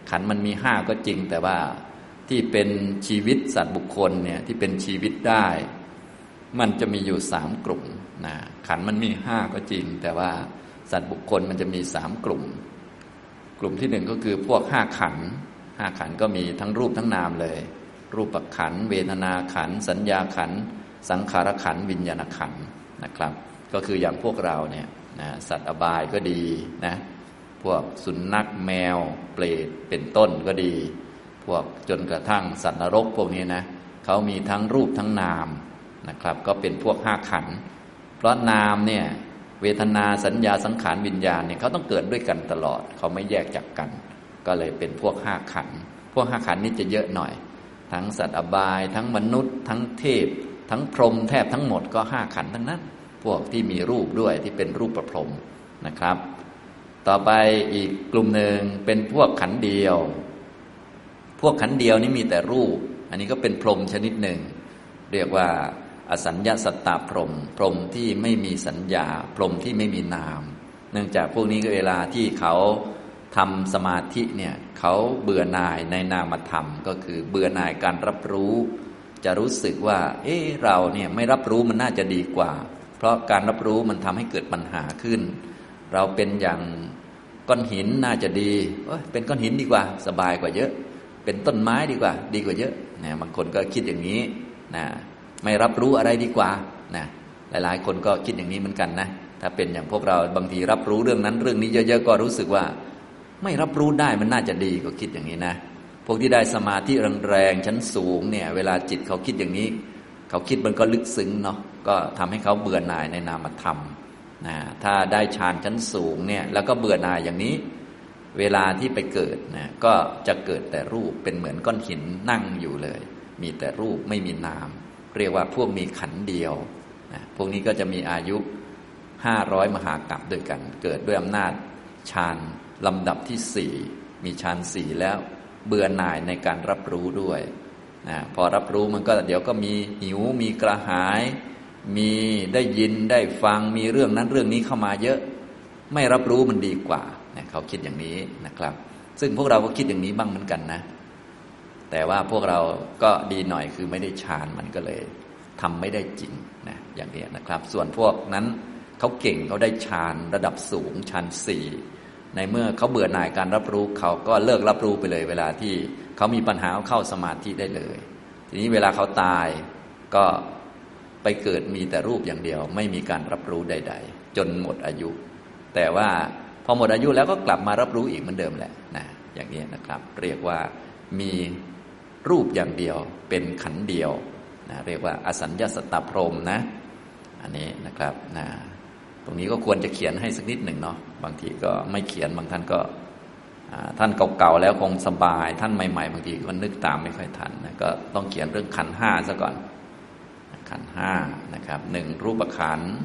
ขันธ์มันมีห้าก็จริงแต่ว่าที่เป็นชีวิตสัตว์บุคคลเนี่ยที่เป็นชีวิตได้มันจะมีอยู่สามกลุ่มนะขันธ์มันมีห้าก็จริงแต่ว่าสัตว์บุคคลมันจะมีสามกลุ่มกลุ่มที่หนึ่งก็คือพวกห้าขันธ์ห้าขันธ์ก็มีทั้งรูปทั้งนามเลยรูปขันธ์เวทนาขันธ์สัญญาขันธ์สังขารขันธ์วิญญาณขันธ์นะครับก็คืออย่างพวกเราเนี่ยนะสัตว์อบายก็ดีนะพวกสุนัขแมวเปรตเป็นต้นก็ดีพวกจนกระทั่งสัตว์นรกพวกนี้นะเขามีทั้งรูปทั้งนามนะครับก็เป็นพวกห้าขันธ์เพราะนามเนี่ยเวทนาสัญญาสังขารวิญญาณเนี่ยเขาต้องเกิดด้วยกันตลอดเขาไม่แยกจากกันก็เลยเป็นพวกห้าขันธ์พวกห้าขันธ์นี่จะเยอะหน่อยทั้งสัตว์อบายทั้งมนุษย์ทั้งเทพทั้งพรหมแทบทั้งหมดก็ห้าขันธ์ทั้งนั้นพวกที่มีรูปด้วยที่เป็นรูปประพรหมนะครับต่อไปอีกกลุ่มหนึ่งเป็นพวกขันธ์เดียวพวกขันธ์เดียวนี่มีแต่รูปอันนี้ก็เป็นพรหมชนิดหนึ่งเรียกว่าอสัญญาสัตตพรหมพรหมที่ไม่มีสัญญาพรหมที่ไม่มีนามเนื่องจากพวกนี้เวลาที่เขาทำสมาธิเนี่ยเขาเบื่อหน่ายในนามธรรมก็คือเบื่อหน่ายการรับรู้จะรู้สึกว่าเราเนี่ยไม่รับรู้มันน่าจะดีกว่าเพราะการรับรู้มันทำให้เกิดปัญหาขึ้นเราเป็นอย่างก้อนหินน่าจะดีเป็นก้อนหินดีกว่าสบายกว่าเยอะเป็นต้นไม้ดีกว่าเยอะนะบางคนก็คิดอย่างนี้นะไม่รับรู้อะไรดีกว่านะหลายๆคนก็คิดอย่างนี้เหมือนกันนะถ้าเป็นอย่างพวกเราบางทีรับรู้เรื่องนั้นเรื่องนี้เยอะๆก็รู้สึกว่าไม่รับรู้ได้มันน่าจะดีก็คิดอย่างนี้นะพวกที่ได้สมาธิแรงๆชั้นสูงเนี่ยเวลาจิตเขาคิดอย่างนี้เขาคิดมันก็ลึกซึ้งเนาะก็ทำให้เขาเบื่อหน่ายในนามธรรมนะถ้าได้ฌานชั้นสูงเนี่ยแล้วก็เบื่อหน่ายอย่างนี้เวลาที่ไปเกิดนะก็จะเกิดแต่รูปเป็นเหมือนก้อนหินนั่งอยู่เลยมีแต่รูปไม่มีนามเรียกว่าพวกมีขันธ์เดียวนะพวกนี้ก็จะมีอายุ500มหากัปด้วยกันเกิดด้วยอำนาจฌานลำดับที่สี่มีฌานสี่แล้วเบื่อหน่ายในการรับรู้ด้วยนะพอรับรู้มันก็เดี๋ยวก็มีหิวมีกระหายมีได้ยินได้ฟังมีเรื่องนั้นเรื่องนี้เข้ามาเยอะไม่รับรู้มันดีกว่านะเขาคิดอย่างนี้นะครับซึ่งพวกเราก็คิดอย่างนี้บ้างเหมือนกันนะแต่ว่าพวกเราก็ดีหน่อยคือไม่ได้ฌานมันก็เลยทำไม่ได้จริงนะอย่างนี้นะครับส่วนพวกนั้นเขาเก่งเขาได้ฌานระดับสูงฌานสี่ในเมื่อเขาเบื่อหน่ายการรับรู้เขาก็เลิกรับรู้ไปเลยเวลาที่เขามีปัญหาเข้าสมาธิได้เลยทีนี้เวลาเขาตายก็ไปเกิดมีแต่รูปอย่างเดียวไม่มีการรับรู้ใดๆจนหมดอายุแต่ว่าพอหมดอายุแล้วก็กลับมารับรู้อีกเหมือนเดิมแหละนะอย่างนี้นะครับเรียกว่ามีรูปอย่างเดียวเป็นขันธ์เดียวนะเรียกว่าอสัญญาสัตตพรหมนะอันนี้นะครับนะตรงนี้ก็ควรจะเขียนให้สักนิดหนึ่งเนาะบางทีก็ไม่เขียนบางท่านก็ท่านเก่าๆแล้วคงสบายท่านใหม่ๆบางทีก็นึกตามไม่ค่อยทันนะก็ต้องเขียนเรื่องขันธ์ห้าซะก่อนขันธ์ห้านะครับหนึ่งรูปขันธ์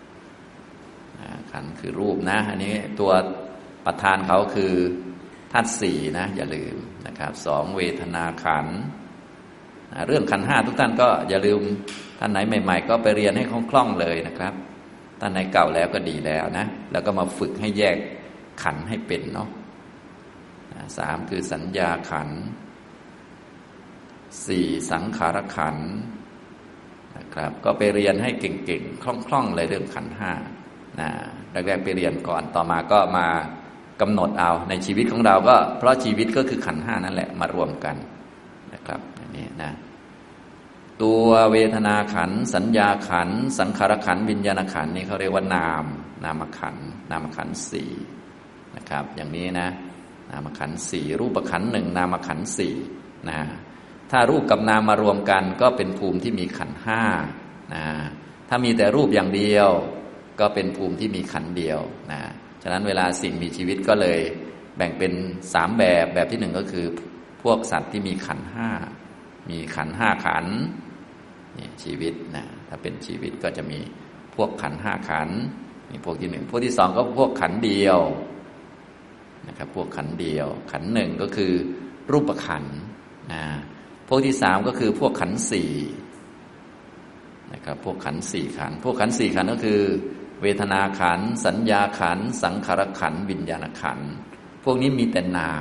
ขันธ์คือรูปนะอันนี้ตัวประธานเขาคือธาตุสี่นะอย่าลืมนะครับสองเวทนาขันธ์เรื่องขันธ์ห้าทุกท่านก็อย่าลืมท่านไหนใหม่ๆก็ไปเรียนให้คล่องๆเลยนะครับท่านไหนเก่าแล้วก็ดีแล้วนะแล้วก็มาฝึกให้แยกขันธ์ให้เป็นเนาะสามคือสัญญาขันธ์สี่สังขารขันธ์นะครับก็ไปเรียนให้เก่งๆคล่องๆเลยเรื่องขันธ์ห้านะแรกๆไปเรียนก่อนต่อมาก็มากำหนดเอาในชีวิตของเราก็เพราะชีวิตก็คือขันธ์ห้านั่นแหละมารวมกันนะครับอย่างนี้นะตัวเวทนาขันธ์สัญญาขันธ์สังขารขันธ์วิญญาณขันธ์นี่เขาเรียกว่านามขันธ์สี่นะครับอย่างนี้นะนามขันธ์สี่รูปขันธ์หนึ่งนามขันธ์สี่นะถ้ารูปกับนามมารวมกันก็เป็นภูมิที่มีขันธ์ห้านะถ้ามีแต่รูปอย่างเดียวก็เป็นภูมิที่มีขันธ์เดียวนะฉะนั้นเวลาสิ่งมีชีวิตก็เลยแบ่งเป็นสามแบบที่หนึ่งก็คือพวกสัตว์ที่มีขันธ์ห้ามีขันธ์ห้าขันธ์นี่ชีวิตนะถ้าเป็นชีวิตก็จะมีพวกขันธ์ห้าขันธ์มีพวกที่หนึ่งพวกที่สองก็พวกขันธ์เดียวนะครับพวกขันธ์เดียวขันธ์หนึ่งก็คือรูปขันธ์นะพวกที่สามก็คือพวกขันธ์สี่นะครับพวกขันธ์สี่ขันธ์พวกขันธ์สี่ขันธ์ก็คือเวทนาขันธ์สัญญาขันธ์สังขารขันธ์วิญญาณขันธ์พวกนี้มีแต่นาม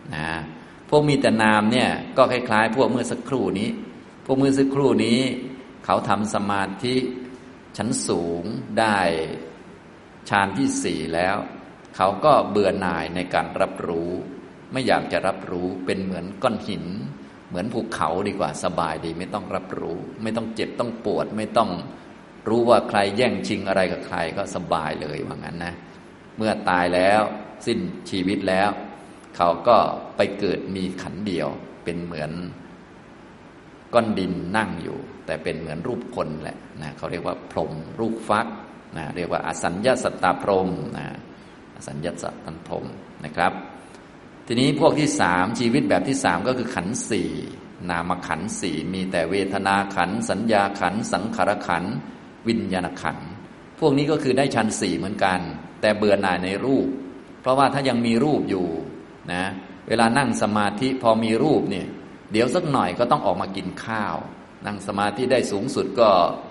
นะพวกมีแต่นามเนี่ยก็คล้ายๆพวกเมื่อสักครู่นี้พวกเมื่อสักครู่นี้เขาทำสมาธิชั้นสูงได้ฌานที่สี่แล้วเขาก็เบื่อหน่ายในการรับรู้ไม่อยากจะรับรู้เป็นเหมือนก้อนหินเหมือนภูเขาดีกว่าสบายดีไม่ต้องรับรู้ไม่ต้องเจ็บต้องปวดไม่ต้องรู้ว่าใครแย่งชิงอะไรกับใครก็สบายเลยว่างั้นนะเมื่อตายแล้วสิ้นชีวิตแล้วเขาก็ไปเกิดมีขันธ์เดียวเป็นเหมือนก้อนดินนั่งอยู่แต่เป็นเหมือนรูปคนแหละนะเขาเรียกว่าพรหมรูปฟักนะเรียกว่าอสัญญาสัตตพรหมนะอสัญญาสัตตพรหมนะครับทีนี้พวกที่สามชีวิตแบบที่สามก็คือขันธ์สี่นามขันธ์สี่มีแต่เวทนาขันธ์สัญญาขันธ์สังขารขันธ์วิญญาณขันธ์พวกนี้ก็คือได้ฌานสี่เหมือนกันแต่เบื่อหน่ายในรูปเพราะว่าถ้ายังมีรูปอยู่นะเวลานั่งสมาธิพอมีรูปเนี่ยเดี๋ยวสักหน่อยก็ต้องออกมากินข้าวนั่งสมาธิได้สูงสุดก็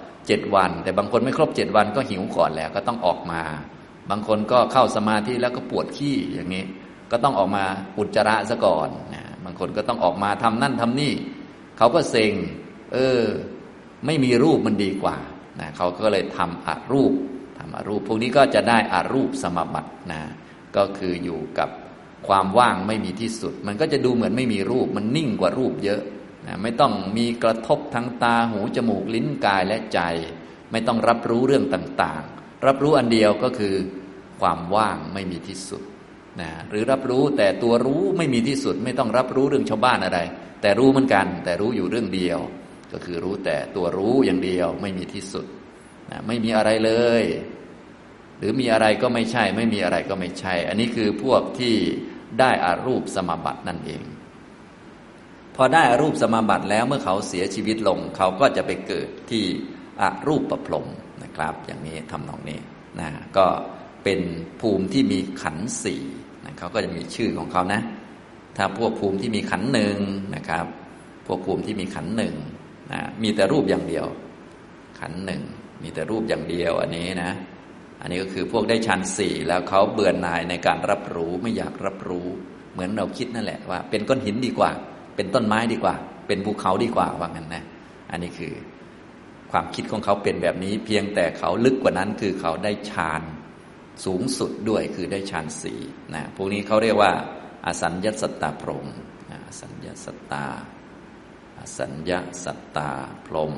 7 วันแต่บางคนไม่ครบ7 วันก็หิวก่อนแล้วก็ต้องออกมาบางคนก็เข้าสมาธิแล้วก็ปวดขี้อย่างนี้ก็ต้องออกมาอุจจาระซะก่อนนะบางคนก็ต้องออกมาทำนั่นทำนี่เขาก็เซ็งไม่มีรูปมันดีกว่านะเขาก็เลยทำอรูปพวกนี้ก็จะได้อรูปสมาบัตินะก็คืออยู่กับความว่างไม่มีที่สุดมันก็จะดูเหมือนไม่มีรูปมันนิ่งกว่ารูปเยอะนะไม่ต้องมีกระทบทางตาหูจมูกลิ้นกายและใจไม่ต้องรับรู้เรื่องต่างๆรับรู้อันเดียวก็คือความว่างไม่มีที่สุดนะหรือรับรู้แต่ตัวรู้ไม่มีที่สุดไม่ต้องรับรู้เรื่องชาวบ้านอะไรแต่รู้เหมือนกันแต่รู้อยู่เรื่องเดียวก็คือรู้แต่ตัวรู้อย่างเดียวไม่มีที่สุดนะไม่มีอะไรเลยหรือมีอะไรก็ไม่ใช่ไม่มีอะไรก็ไม่ใช่อันนี้คือพวกที่ได้อารูปสมาบัตินั่นเองพอได้อารูปสมาบัติแล้วเมื่อเขาเสียชีวิตลงเขาก็จะไปเกิดที่อรูปพรหมนะครับอย่างนี้ทำนองนี้นะก็เป็นภูมิที่มีขันธ์สี่นะเขาก็จะมีชื่อของเขานะถ้าพวกภูมิที่มีขันธ์หนึ่งนะครับพวกภูมิที่มีขันธ์หนึ่งนะมีแต่รูปอย่างเดียวขันธ์หนึ่งมีแต่รูปอย่างเดียวอันนี้นะอันนี้ก็คือพวกได้ฌานสี่แล้วเขาเบื่อหน่ายในการรับรู้ไม่อยากรับรู้เหมือนเราคิดนั่นแหละว่าเป็นก้อนหินดีกว่าเป็นต้นไม้ดีกว่าเป็นภูเขาดีกว่าว่างั้นนะอันนี้คือความคิดของเขาเป็นแบบนี้เพียงแต่เขาลึกกว่านั้นคือเขาได้ฌานสูงสุดด้วยคือได้ฌานสี่นะพวกนี้เขาเรียกว่าอสัญญสัตตพรหมอสัญญสัตตาอสัญญสัตตพรหม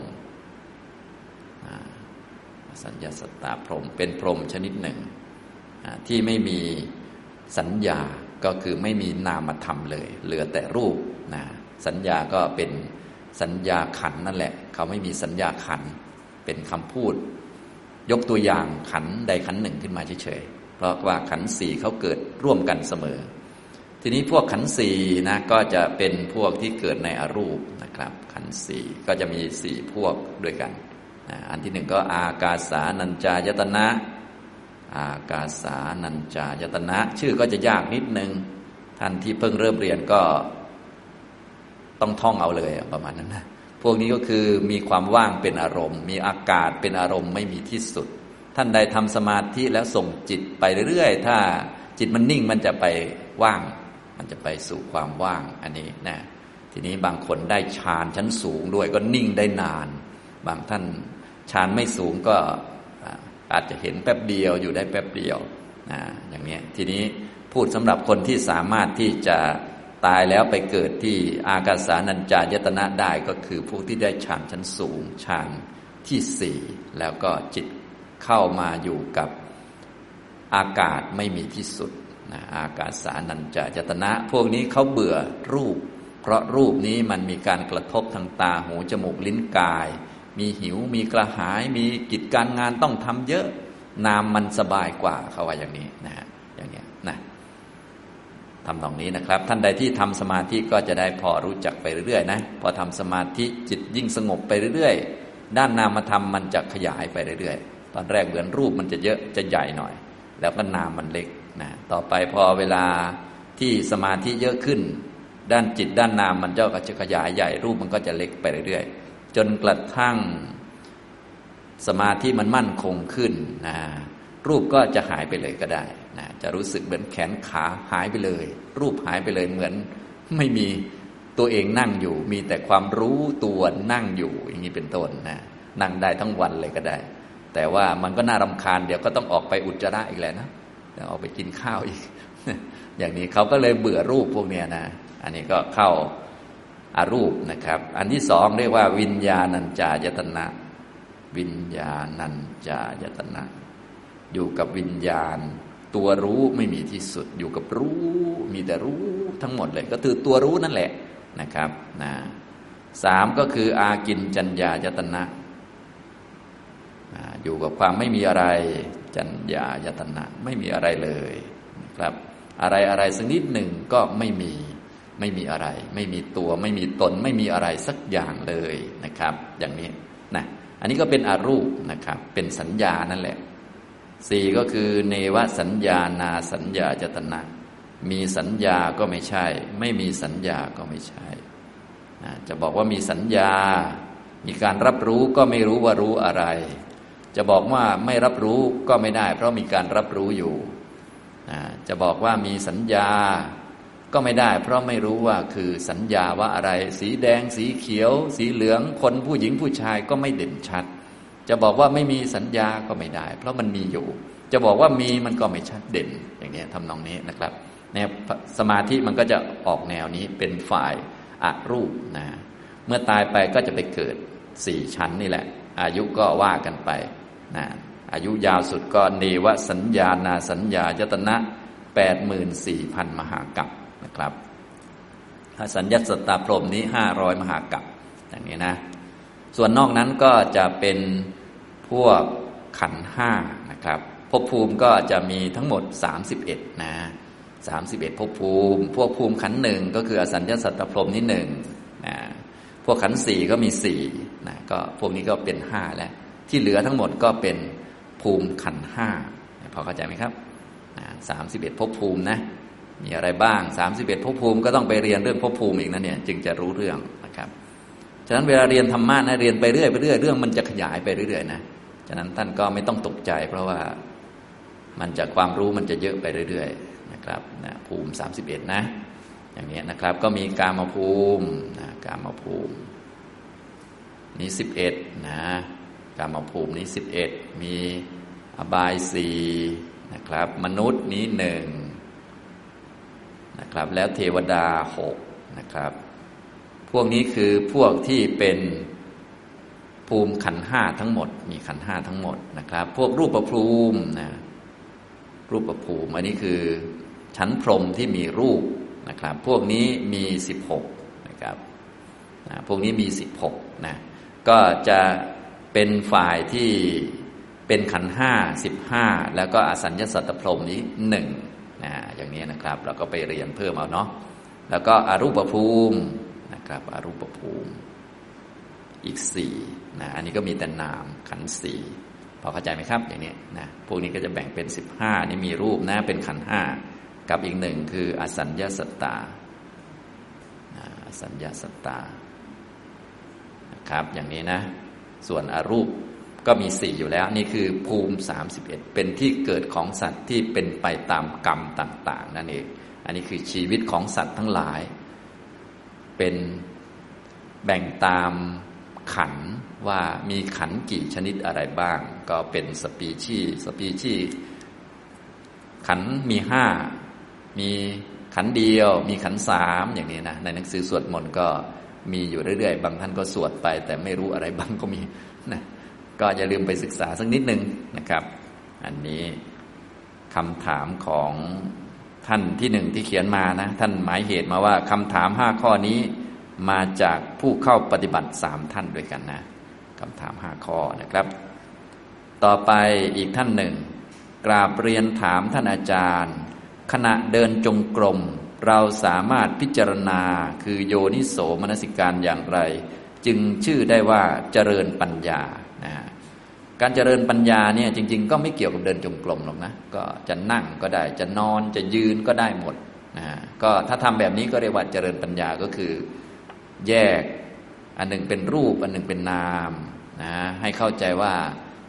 สัญญาสัตตพรหมเป็นพรหมชนิดหนึ่งที่ไม่มีสัญญาก็คือไม่มีนามธรรมเลยเหลือแต่รูปนะสัญญาก็เป็นสัญญาขันธ์นั่นแหละเขาไม่มีสัญญาขันธ์เป็นคำพูดยกตัวอย่างขันธ์ใดขันธ์หนึ่งขึ้นมาเฉยๆเพราะว่าขันธ์สี่เขาเกิดร่วมกันเสมอทีนี้พวกขันธ์สี่นะก็จะเป็นพวกที่เกิดในอรูปนะครับขันธ์สี่ก็จะมีสี่พวกด้วยกันอันที่หนึ่งก็อากาสานัญจายตนะอากาสานัญจายตนะชื่อก็จะยากนิดนึงท่านที่เพิ่งเริ่มเรียนก็ต้องท่องเอาเลยประมาณนั้นนะพวกนี้ก็คือมีความว่างเป็นอารมณ์มีอากาศเป็นอารมณ์ไม่มีที่สุดท่านใดทำสมาธิแล้วส่งจิตไปเรื่อยๆถ้าจิตมันนิ่งมันจะไปว่างมันจะไปสู่ความว่างอันนี้นะทีนี้บางคนได้ฌานชั้นสูงด้วยก็นิ่งได้นานบางท่านฌานไม่สูงก็อาจจะเห็นแป๊บเดียวอยู่ได้แป๊บเดียวอย่างนี้ทีนี้พูดสำหรับคนที่สามารถที่จะตายแล้วไปเกิดที่อากาสานัญจายตนะได้ก็คือผู้ที่ได้ฌานชั้นสูงฌานที่สี่แล้วก็จิตเข้ามาอยู่กับอากาศไม่มีที่สุดอากาสานัญจายตนะพวกนี้เขาเบื่อรูปเพราะรูปนี้มันมีการกระทบทางตาหูจมูกลิ้นกายมีหิวมีกระหายมีกิจการงานต้องทำเยอะนามมันสบายกว่าเขาว่าอย่างนี้นะอย่างนี้นะทำตรงนี้นะครับท่านใดที่ทำสมาธิก็จะได้พอรู้จักไปเรื่อยๆนะพอทำสมาธิจิตยิ่งสงบไปเรื่อยๆด้านนามธรรมมันจะขยายไปเรื่อยๆตอนแรกเหมือนรูปมันจะเยอะจะใหญ่หน่อยแล้วก็นามมันเล็กนะต่อไปพอเวลาที่สมาธิเยอะขึ้นด้านจิตด้านนามมันก็จะขยายใหญ่รูปมันก็จะเล็กไปเรื่อยๆจนกระทั่งสมาธิมันมั่นคงขึ้นนะรูปก็จะหายไปเลยก็ได้นะจะรู้สึกเหมือนแขนขาหายไปเลยรูปหายไปเลยเหมือนไม่มีตัวเองนั่งอยู่มีแต่ความรู้ตัวนั่งอยู่อย่างนี้เป็นต้นนะนั่งได้ทั้งวันเลยก็ได้แต่ว่ามันก็น่ารำคาญเดี๋ยวก็ต้องออกไปอุจจาระอีกแล้วนะออกไปกินข้าวอีก อย่างนี้เขาก็เลยเบื่อรูปพวกเนี้ยนะอันนี้ก็เข้าอารูปนะครับอันที่สองเรียกว่าวิญญาณัญจายตนะวิญญาณัญจายตนะอยู่กับวิญญาณตัวรู้ไม่มีที่สุดอยู่กับรู้มีแต่รู้ทั้งหมดเลยก็คือตัวรู้นั่นแหละนะครับนะสามก็คืออากินจัญญายตนะอยู่กับความไม่มีอะไรจัญญายตนะไม่มีอะไรเลยนะครับอะไรสักนิดหนึ่งก็ไม่มีอะไรไม่มีตัวไม่มีตนไม่มีอะไรสักอย่างเลยนะครับอย่างนี้นะอันนี้ก็เป็นอารูปนะครับเป็นสัญญานั่นแหละสี่ก็คือเนวสัญญานาสัญญาจตนะมีสัญญาก็ไม่ใช่ไม่มีสัญญาก็ไม่ใช่จะบอกว่ามีสัญญามีการรับรู้ก็ไม่รู้ว่ารู้อะไรจะบอกว่าไม่รับรู้ก็ไม่ได้เพราะมีการรับรู้อยู่จะบอกว่ามีสัญญาก็ไม่ได้เพราะไม่รู้ว่าคือสัญญาว่าอะไรสีแดงสีเขียวสีเหลืองคนผู้หญิงผู้ชายก็ไม่เด่นชัดจะบอกว่าไม่มีสัญญาก็ไม่ได้เพราะมันมีอยู่จะบอกว่ามีมันก็ไม่ชัดเด่นอย่างนี้ทำนองนี้นะครับเนี่ยสมาธิมันก็จะออกแนวนี้เป็นฝ่ายอรูปนะเมื่อตายไปก็จะไปเกิด4ชั้นนี่แหละอายุก็ว่ากันไปนะอายุยาวสุดก็เนวสัญญานาสัญญายตนะ 84,000 มหากัปนะครับสัญญาสัตตพรหมนี้500 มหากัปอย่างนี้นะส่วนนอกนั้นก็จะเป็นพวกขันธ์5นะครับภพภูมิก็จะมีทั้งหมด31นะ31ภพภูมิพวกภูมิขันธ์1ก็คืออสัญญาสัตตพรหมนี้1นะพวกขันธ์4ก็มี4นะก็พวกนี้ก็เป็น5แล้วที่เหลือทั้งหมดก็เป็นภูมิขันธ์5พอเข้าใจไหมครับ31ภพภูมินะมีอะไรบ้าง31ภพภูมิก็ต้องไปเรียนเรื่องภพภูมิอีกนะเนี่ยจึงจะรู้เรื่องนะครับฉะนั้นเวลาเรียนธรรมะนะเรียนไปเรื่อยเรื่องมันจะขยายไปเรื่อยๆนะฉะนั้นท่านก็ไม่ต้องตกใจเพราะว่ามันจะความรู้มันจะเยอะไปเรื่อยๆนะครับนะภูมิ31นะอย่างนี้นะครับก็มีกามภูมินะกามภูมินี้11นะกามภูมินี้11มีอบาย4นะครับมนุษย์นี้1นะครับแล้วเทวดา6นะครับพวกนี้คือพวกที่เป็นภูมิขันธ์5ทั้งหมดมีขันธ์5ทั้งหมดนะครับพวกรูปภูมินะรูปภูมิอันนี้คือชั้นพรหมที่มีรูปนะครับพวกนี้มี16นะครับพวกนี้มี16นะก็จะเป็นฝ่ายที่เป็นขันธ์15แล้วก็อสัญญาสัตตพรหมนี้1นะอย่างนี้นะครับเราก็ไปเรียนเพิ่มเอาเนาะแล้วก็อรูปภูมินะครับอรูปภูมิอีก4นะอันนี้ก็มีแต่นามขันธ์4พอเข้าใจไหมครับอย่างนี้นะพวกนี้ก็จะแบ่งเป็น15นี่มีรูปนะเป็นขันธ์5กับอีก1คืออสัญญาสัตตาอสัญญาสัตตานะครับอย่างนี้นะส่วนอรูปก็มี4อยู่แล้วนี่คือภูมิ31เป็นที่เกิดของสัตว์ที่เป็นไปตามกรรมต่างๆนั่นเองอันนี้คือชีวิตของสัตว์ทั้งหลายเป็นแบ่งตามขันธ์ว่ามีขันธ์กี่ชนิดอะไรบ้างก็เป็นสปีชีส์ขันธ์มี5มีขันธ์เดียวมีขันธ์3อย่างนี้นะในหนังสือสวดมนต์ก็มีอยู่เรื่อยๆบางท่านก็สวดไปแต่ไม่รู้อะไรบ้างก็มีนะก็อย่าลืมไปศึกษาสักนิดนึงนะครับอันนี้คำถามของท่านที่1ที่เขียนมานะท่านหมายเหตุมาว่าคำถาม5ข้อนี้มาจากผู้เข้าปฏิบัติ3ท่านด้วยกันนะคำถาม5ข้อนะครับต่อไปอีกท่านหนึ่งกราบเรียนถามท่านอาจารย์ขณะเดินจงกรมเราสามารถพิจารณาคือโยนิโสมนสิการอย่างไรจึงชื่อได้ว่าเจริญปัญญานะการเจริญปัญญาเนี่ยจริงๆก็ไม่เกี่ยวกับเดินจงกรมหรอกนะก็จะนั่งก็ได้จะนอนจะยืนก็ได้หมดนะก็ถ้าทำแบบนี้ก็เรียกว่าเจริญปัญญาก็คือแยกอันหนึ่งเป็นรูปอันหนึ่งเป็นนามนะให้เข้าใจว่า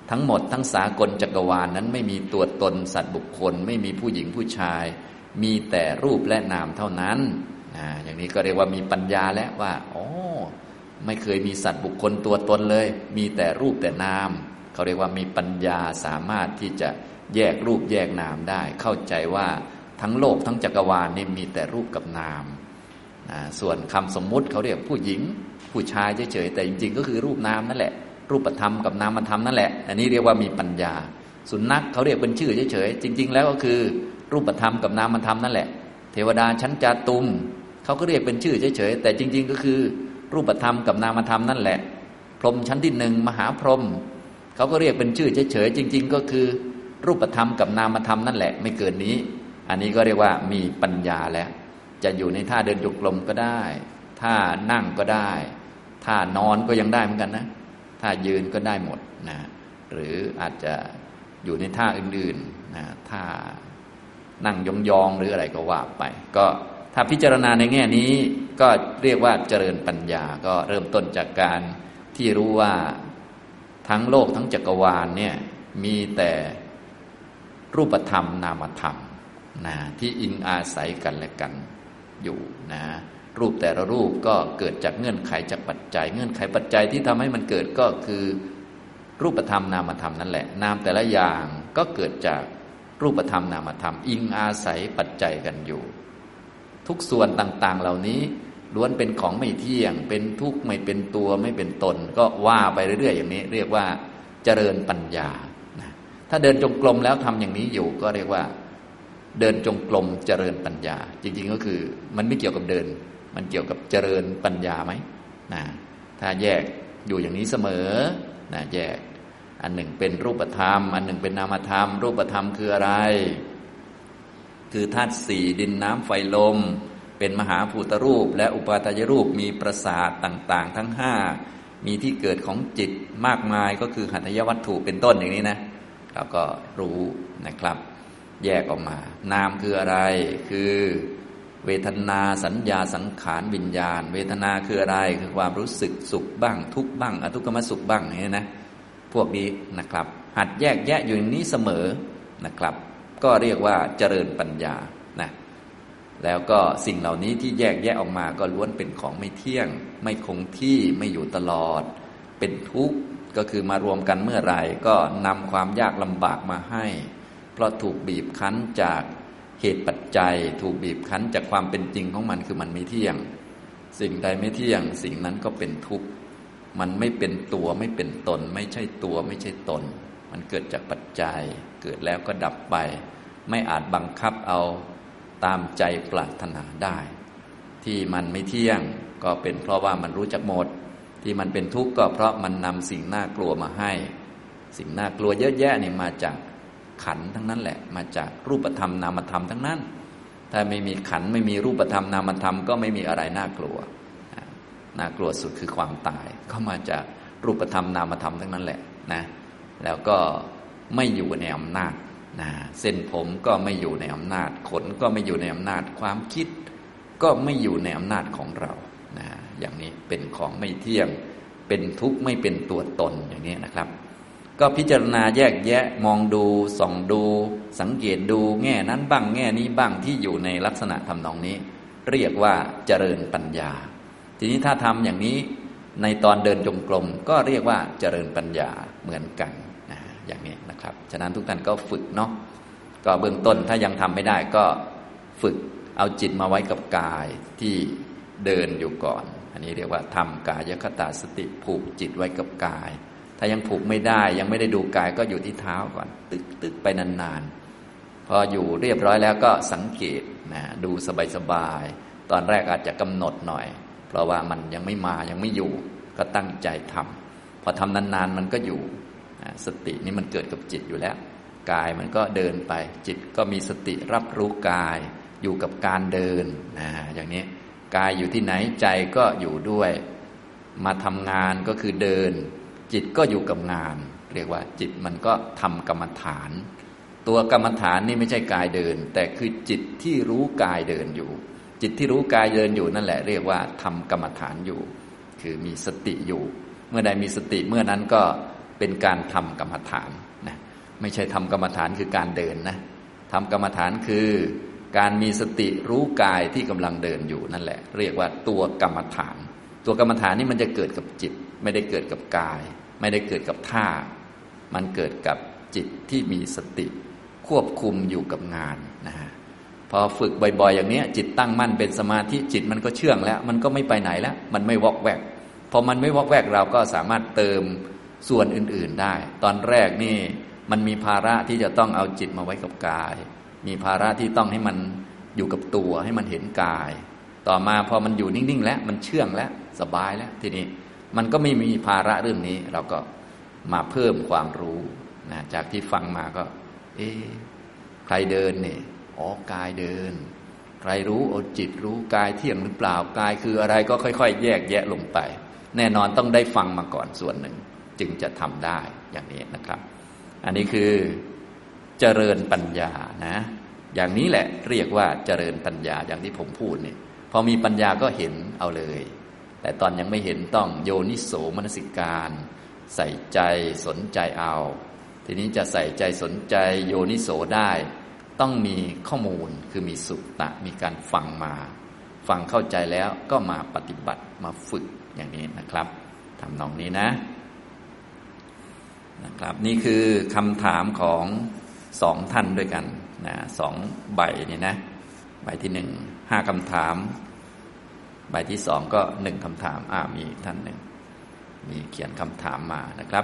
ทั้งหมดทั้งสากลจักรวาลนั้นไม่มีตัวตนสัตว์บุคคลไม่มีผู้หญิงผู้ชายมีแต่รูปและนามเท่านั้นอย่างนี้ก็เรียกว่ามีปัญญาแล้วว่าอ๋อไม่เคยมีสัตว์บุคคลตัวตนเลยมีแต่รูปแต่นามเขาเรียกว่ามีปัญญาสามารถที่จะแยกรูปแยกนามได้เข้าใจว่าทั้งโลกทั้งจักรวาลนี่มีแต่รูปกับนามส่วนคำสมมุติเขาเรียกผู้หญิงผู้ชายเฉยๆแต่จริงๆก็คือรูปนามนั่นแหละรูปธรรมกับนามธรรมนั่นแหละอันนี้เรียกว่ามีปัญญาสุนัขเขาเรียกเป็นชื่อเฉยๆจริงๆแล้วก็คือรูปธรรมกับนามธรรมนั่นแหละเทวดาชั้นจาตุมเขาก็เรียกเป็นชื่อเฉยๆแต่จริงๆก็คือรูปธรรมกับนามธรรมนั่นแหละพรหมชั้นที่หนึ่งมหาพรหมเขาก็เรียกเป็นชื่อเฉยๆจริงๆก็คือรูปธรรมกับนามธรรมนั่นแหละไม่เกินนี้อันนี้ก็เรียกว่ามีปัญญาแล้วจะอยู่ในท่าเดินจงกรมก็ได้ท่านั่งก็ได้ท่านอนก็ยังได้เหมือนกันนะท่ายืนก็ได้หมดนะหรืออาจจะอยู่ในท่าอื่นๆนะท่านั่งยองๆหรืออะไรก็ว่าไปก็ถ้าพิจารณาในแง่นี้ก็เรียกว่าเจริญปัญญาก็เริ่มต้นจากการที่รู้ว่าทั้งโลกทั้งจักรวาลเนี่ยมีแต่รูปธรรมนามธรรมนะที่อิงอาศัยกันและกันอยู่นะรูปแต่ละรูปก็เกิดจากเงื่อนไขจากปัจจัยเงื่อนไขปัจจัยที่ทำให้มันเกิดก็คือรูปธรรมนามธรรมนั่นแหละนามแต่ละอย่างก็เกิดจากรูปธรรมนามธรรมอิงอาศัยปัจจัยกันอยู่ทุกส่วนต่างๆเหล่านี้ล้วนเป็นของไม่เที่ยงเป็นทุกข์ไม่เป็นตัวไม่เป็นตนก็ว่าไปเรื่อยๆอย่างนี้เรียกว่าเจริญปัญญาถ้าเดินจงกรมแล้วทำอย่างนี้อยู่ก็เรียกว่าเดินจงกรมเจริญปัญญาจริงๆก็คือมันไม่เกี่ยวกับเดินมันเกี่ยวกับเจริญปัญญาไหมนะถ้าแยกอยู่อย่างนี้เสมอนะแยกอันหนึ่งเป็นรูปธรรมอันหนึ่งเป็นนามธรรมรูปธรรมคืออะไรคือธาตุสี่ดินน้ำไฟลมเป็นมหาภูตรูปและอุปาทายรูปมีประสาทต่างๆทั้งห้ามีที่เกิดของจิตมากมายก็คือหัตถยวัตถุเป็นต้นอย่างนี้นะเราก็รู้นะครับแยกออกมานามคืออะไรคือเวทนาสัญญาสังขารวิญญาณเวทนาคืออะไรคือความรู้สึกสุขบ้างทุกข์บ้างอทุกขมสุขบ้างนี่นะพวกนี้นะครับหัดแยกแยะอยู่อย่างนี้เสมอนะครับก็เรียกว่าเจริญปัญญานะแล้วก็สิ่งเหล่านี้ที่แยกแยะออกมาก็ล้วนเป็นของไม่เที่ยงไม่คงที่ไม่อยู่ตลอดเป็นทุกข์ก็คือมารวมกันเมื่อไหร่ก็นำความยากลำบากมาให้เพราะถูกบีบคั้นจากเหตุปัจจัยถูกบีบคั้นจากความเป็นจริงของมันคือมันไม่เที่ยงสิ่งใดไม่เที่ยงสิ่งนั้นก็เป็นทุกข์มันไม่เป็นตัวไม่เป็นตนไม่ใช่ตัวไม่ใช่ตนมันเกิดจากปัจจัยเกิดแล้วก็ดับไปไม่อาจบังคับเอาตามใจปรารถนาได้ที่มันไม่เที่ยงก็เป็นเพราะว่ามันรู้จักหมดที่มันเป็นทุกข์ก็เพราะมันนำสิ่งน่ากลัวมาให้สิ่งน่ากลัวเยอะแยะนี่มาจากขันธ์ทั้งนั้นแหละมาจากรูปธรรมนามธรรมทั้งนั้นถ้าไม่มีขันธ์ไม่มีรูปธรรมนามธรรมก็ไม่มีอะไรน่ากลัวน่ากลัวสุดคือความตายก็มาจากรูปธรรมนามธรรมทั้งนั้นแหละนะแล้วก็ไม่อยู่ในอำนาจนะเส้นผมก็ไม่อยู่ในอำนาจขนก็ไม่อยู่ในอำนาจความคิดก็ไม่อยู่ในอำนาจของเรานะอย่างนี้เป็นของไม่เที่ยงเป็นทุกข์ไม่เป็นตัวตนอย่างนี้นะครับก็พิจารณาแยกแยะมองดูส่องดูสังเกตดูแง่นั้นบ้างแง่นี้บ้างที่อยู่ในลักษณะทำนองนี้เรียกว่าเจริญปัญญาทีนี้ถ้าทำอย่างนี้ในตอนเดินจงกรมก็เรียกว่าเจริญปัญญาเหมือนกันอย่างนี้นะครับฉะนั้นทุกท่านก็ฝึกเนาะก็เบื้องต้นถ้ายังทำไม่ได้ก็ฝึกเอาจิตมาไว้กับกายที่เดินอยู่ก่อนอันนี้เรียกว่าทำกายคตาสติผูกจิตไว้กับกายถ้ายังผูกไม่ได้ยังไม่ได้ดูกายก็อยู่ที่เท้าก่อนตึกไปนานๆพออยู่เรียบร้อยแล้วก็สังเกตนะดูสบายๆตอนแรกอาจจะกำหนดหน่อยเพราะว่ามันยังไม่มายังไม่อยู่ก็ตั้งใจทำพอทำนานๆมันก็อยู่สตินี่มันเกิดกับจิตอยู่แล้วกายมันก็เดินไปจิตก็มีสติรับรู้กายอยู่กับการเดินอย่างนี้กายอยู่ที่ไหนใจก็อยู่ด้วยมาทำงานก็คือเดินจิตก็อยู่กับงานเรียกว่าจิตมันก็ทำกรรมฐานตัวกรรมฐานนี่ไม่ใช่กายเดินแต่คือจิตที่รู้กายเดินอยู่จิตที่รู้กายเดินอยู่นั่นแหละเรียกว่าทำกรรมฐานอยู่คือมีสติอยู่เมื่อใดมีสติเมื่อนั้นก็เป็นการทำกรรมฐานนะไม่ใช่ทำกรรมฐานคือการเดินนะทำกรรมฐานคือการมีสติรู้กายที่กำลังเดินอยู่นั่นแหละเรียกว่าตัวกรรมฐานตัวกรรมฐานนี่มันจะเกิดกับจิตไม่ได้เกิดกับกายไม่ได้เกิดกับท่ามันเกิดกับจิตที่มีสติควบคุมอยู่กับงานนะฮะพอฝึกบ่อยๆอย่างนี้จิตตั้งมั่นเป็นสมาธิจิตมันก็เชื่องแล้วมันก็ไม่ไปไหนแล้วมันไม่วอกแวกพอมันไม่วอกแวกเราก็สามารถเติมส่วนอื่นๆได้ตอนแรกนี่มันมีภาระที่จะต้องเอาจิตมาไว้กับกายมีภาระที่ต้องให้มันอยู่กับตัวให้มันเห็นกายต่อมาพอมันอยู่นิ่งๆแล้วมันเชื่องแล้วสบายแล้วทีนี้มันก็ไม่มีภาระเรื่องนี้เราก็มาเพิ่มความรู้นะจากที่ฟังมาก็ใครเดินเนี่ยอ๋อกายเดินใครรู้จิตรู้กายเที่ยงหรือเปล่ากายคืออะไรก็ค่อยๆแยกแยะลงไปแน่นอนต้องได้ฟังมาก่อนส่วนหนึ่งจึงจะทำได้อย่างนี้นะครับอันนี้คือเจริญปัญญานะอย่างนี้แหละเรียกว่าเจริญปัญญาอย่างที่ผมพูดเนี่ยพอมีปัญญาก็เห็นเอาเลยแต่ตอนยังไม่เห็นต้องโยนิโสมนสิการใส่ใจสนใจเอาทีนี้จะใส่ใจสนใจโยนิโสได้ต้องมีข้อมูลคือมีสุตตะมีการฟังมาฟังเข้าใจแล้วก็มาปฏิบัติมาฝึกอย่างนี้นะครับทำนองนี้นะครับนี่คือคำถามของสองท่านด้วยกันนะสองใบนี่นะใบที่หนึ่ง5คำถามใบที่สองก็1คำถามมีท่านหนึ่งมีเขียนคำถามมานะครับ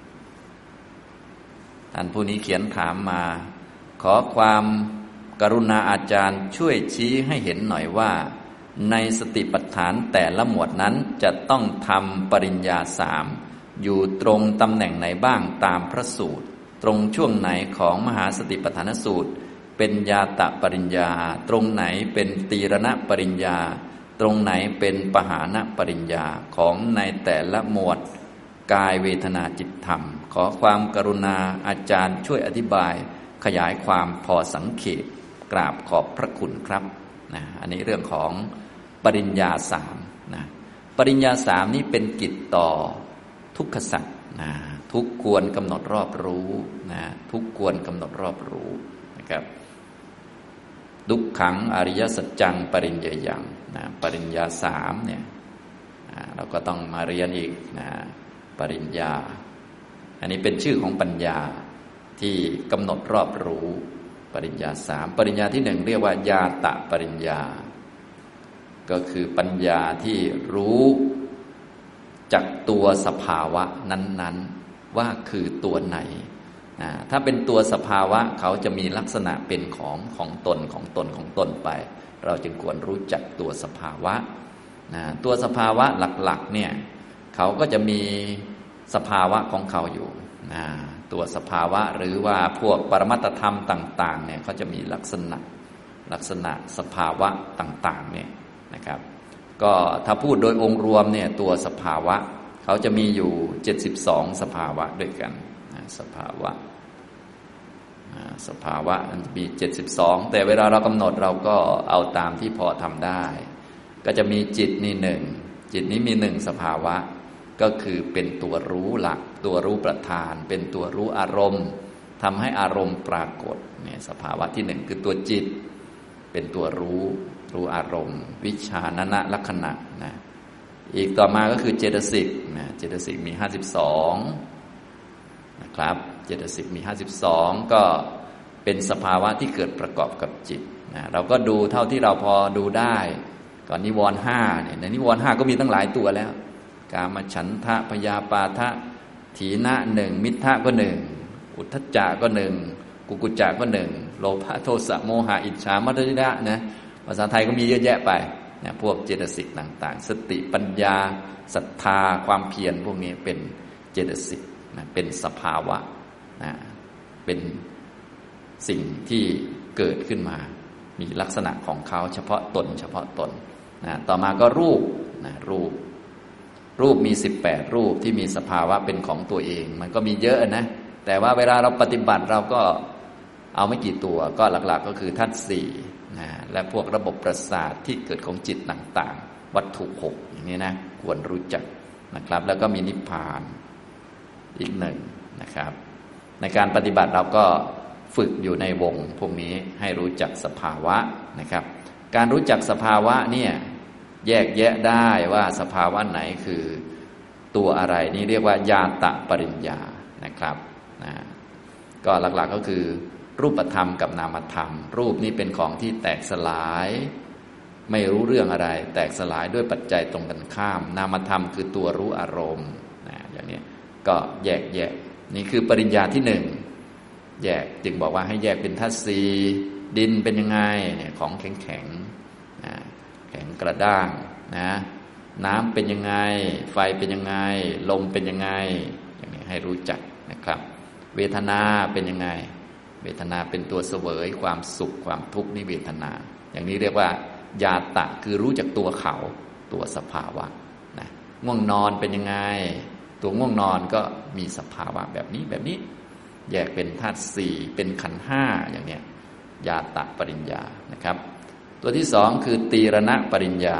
ท่านผู้นี้เขียนถามมาขอความกรุณาอาจารย์ช่วยชี้ให้เห็นหน่อยว่าในสติปัฏฐานแต่ละหมวดนั้นจะต้องทำปริญญา3อยู่ตรงตำแหน่งไหนบ้างตามพระสูตรตรงช่วงไหนของมหาสติปัฏฐานสูตรเป็นญาตะปริญญาตรงไหนเป็นตีรณปริญญาตรงไหนเป็นปหานปริญญาของในแต่ละหมวดกายเวทนาจิตธรรมขอความกรุณาอาจารย์ช่วยอธิบายขยายความพอสังเขปกราบขอบพระคุณครับนะอันนี้เรื่องของปริญญา3นะปริญญา3นี้เป็นกิจต่อทุกขสัจนะทุกควรกำหนดรอบรู้นะทุกควรกำหนดรอบรู้นะครับดุกขังอริยสัจจังปริญญายังนะปริญญา3เนี่ยเราก็ต้องมาเรียนอีกนะปริญญาอันนี้เป็นชื่อของปัญญาที่กำหนดรอบรู้ปริญญา3ปริญญาที่1เรียกว่าญาตะปริญญาก็คือปัญญาที่รู้จักตัวสภาวะนั้นๆว่าคือตัวไหนถ้าเป็นตัวสภาวะเขาจะมีลักษณะเป็นของตนไปเราจึงควรรู้จักตัวสภาวะตัวสภาวะหลักๆเนี่ยเขาก็จะมีสภาวะของเขาอยู่ตัวสภาวะหรือว่าพวกปรมัตถธรรมต่างๆเนี่ยเขาจะมีลักษณะสภาวะต่างๆเนี่ยนะครับก็ถ้าพูดโดยองค์รวมเนี่ยตัวสภาวะเขาจะมีอยู่72สภาวะด้วยกันสภาวะมันจะมี72แต่เวลาเรากำหนดเราก็เอาตามที่พอทำได้ก็จะมีจิตนี่1จิตนี้มี1สภาวะก็คือเป็นตัวรู้หลักตัวรู้ประธานเป็นตัวรู้อารมณ์ทำให้อารมณ์ปรากฏเนี่ยสภาวะที่1คือตัวจิตเป็นตัวรู้อารมณ์วิชานะลักษณะนะอีกต่อมาก็คือเจตสิกนะเจตสิกมี52นะครับเจตสิกมี52ก็เป็นสภาวะที่เกิดประกอบกับจิตนะเราก็ดูเท่าที่เราพอดูได้ก่อนนิวรณ์5เนี่ยในนิวรณ์5ก็มีตั้งหลายตัวแล้วกามฉันทะพยาปาทะถีนะ1มิทธะก็1อุทธัจจะก็1กุกุจจะก็1โลภะโทสะโมหะอิจฉามัจฉิมะนะภาษาไทยก็มีเยอะแยะไปนะพวกเจตสิกต่างๆสติปัญญาศรัทธาความเพียรพวกนี้เป็นเจตสิกนะเป็นสภาวะนะเป็นสิ่งที่เกิดขึ้นมามีลักษณะของเขาเฉพาะตนนะต่อมาก็รูปนะรูปมี18รูปที่มีสภาวะเป็นของตัวเองมันก็มีเยอะนะแต่ว่าเวลาเราปฏิบัติเราก็เอาไม่กี่ตัวก็หลักๆก็คือธาตุ4นะและพวกระบบประสาทที่เกิดของจิตต่างๆวัตถุ6อย่างนี้นะควรรู้จักนะครับแล้วก็มีนิพพานอีกหนึ่งนะครับในการปฏิบัติเราก็ฝึกอยู่ในวงพวกนี้ให้รู้จักสภาวะนะครับการรู้จักสภาวะเนี่ยแยกแยะได้ว่าสภาวะไหนคือตัวอะไรนี่เรียกว่าญาตปริญญานะครับก็หลักๆก็คือรูปธรรมกับนามธรรมรูปนี้เป็นของที่แตกสลายไม่รู้เรื่องอะไรแตกสลายด้วยปัจจัยตรงกันข้ามนามธรรมคือตัวรู้อารมณ์อย่างนี้ก็แยกแยะนี่คือปริญญาที่หนึ่งแยกจึงบอกว่าให้แยกเป็นธาตุสี่ดินเป็นยังไงเนี่ยของแข็งแข็งแข็งกระด้างนะน้ำเป็นยังไงไฟเป็นยังไงลมเป็นยังไงอย่างนี้ให้รู้จักนะครับเวทนาเป็นยังไงเวทนาเป็นตัวเสวยความสุขความทุกข์นี่เวทนาอย่างนี้เรียกว่าญาตะคือรู้จักตัวเขาตัวสภาวะนะง่วงนอนเป็นยังไงตัวง่วงนอนก็มีสภาวะแบบนี้แบบนี้แยกเป็นธาตุสี่เป็นขันธ์ห้าอย่างเนี้ยญาตะปริญญานะครับตัวที่สองคือตีรณปริญญา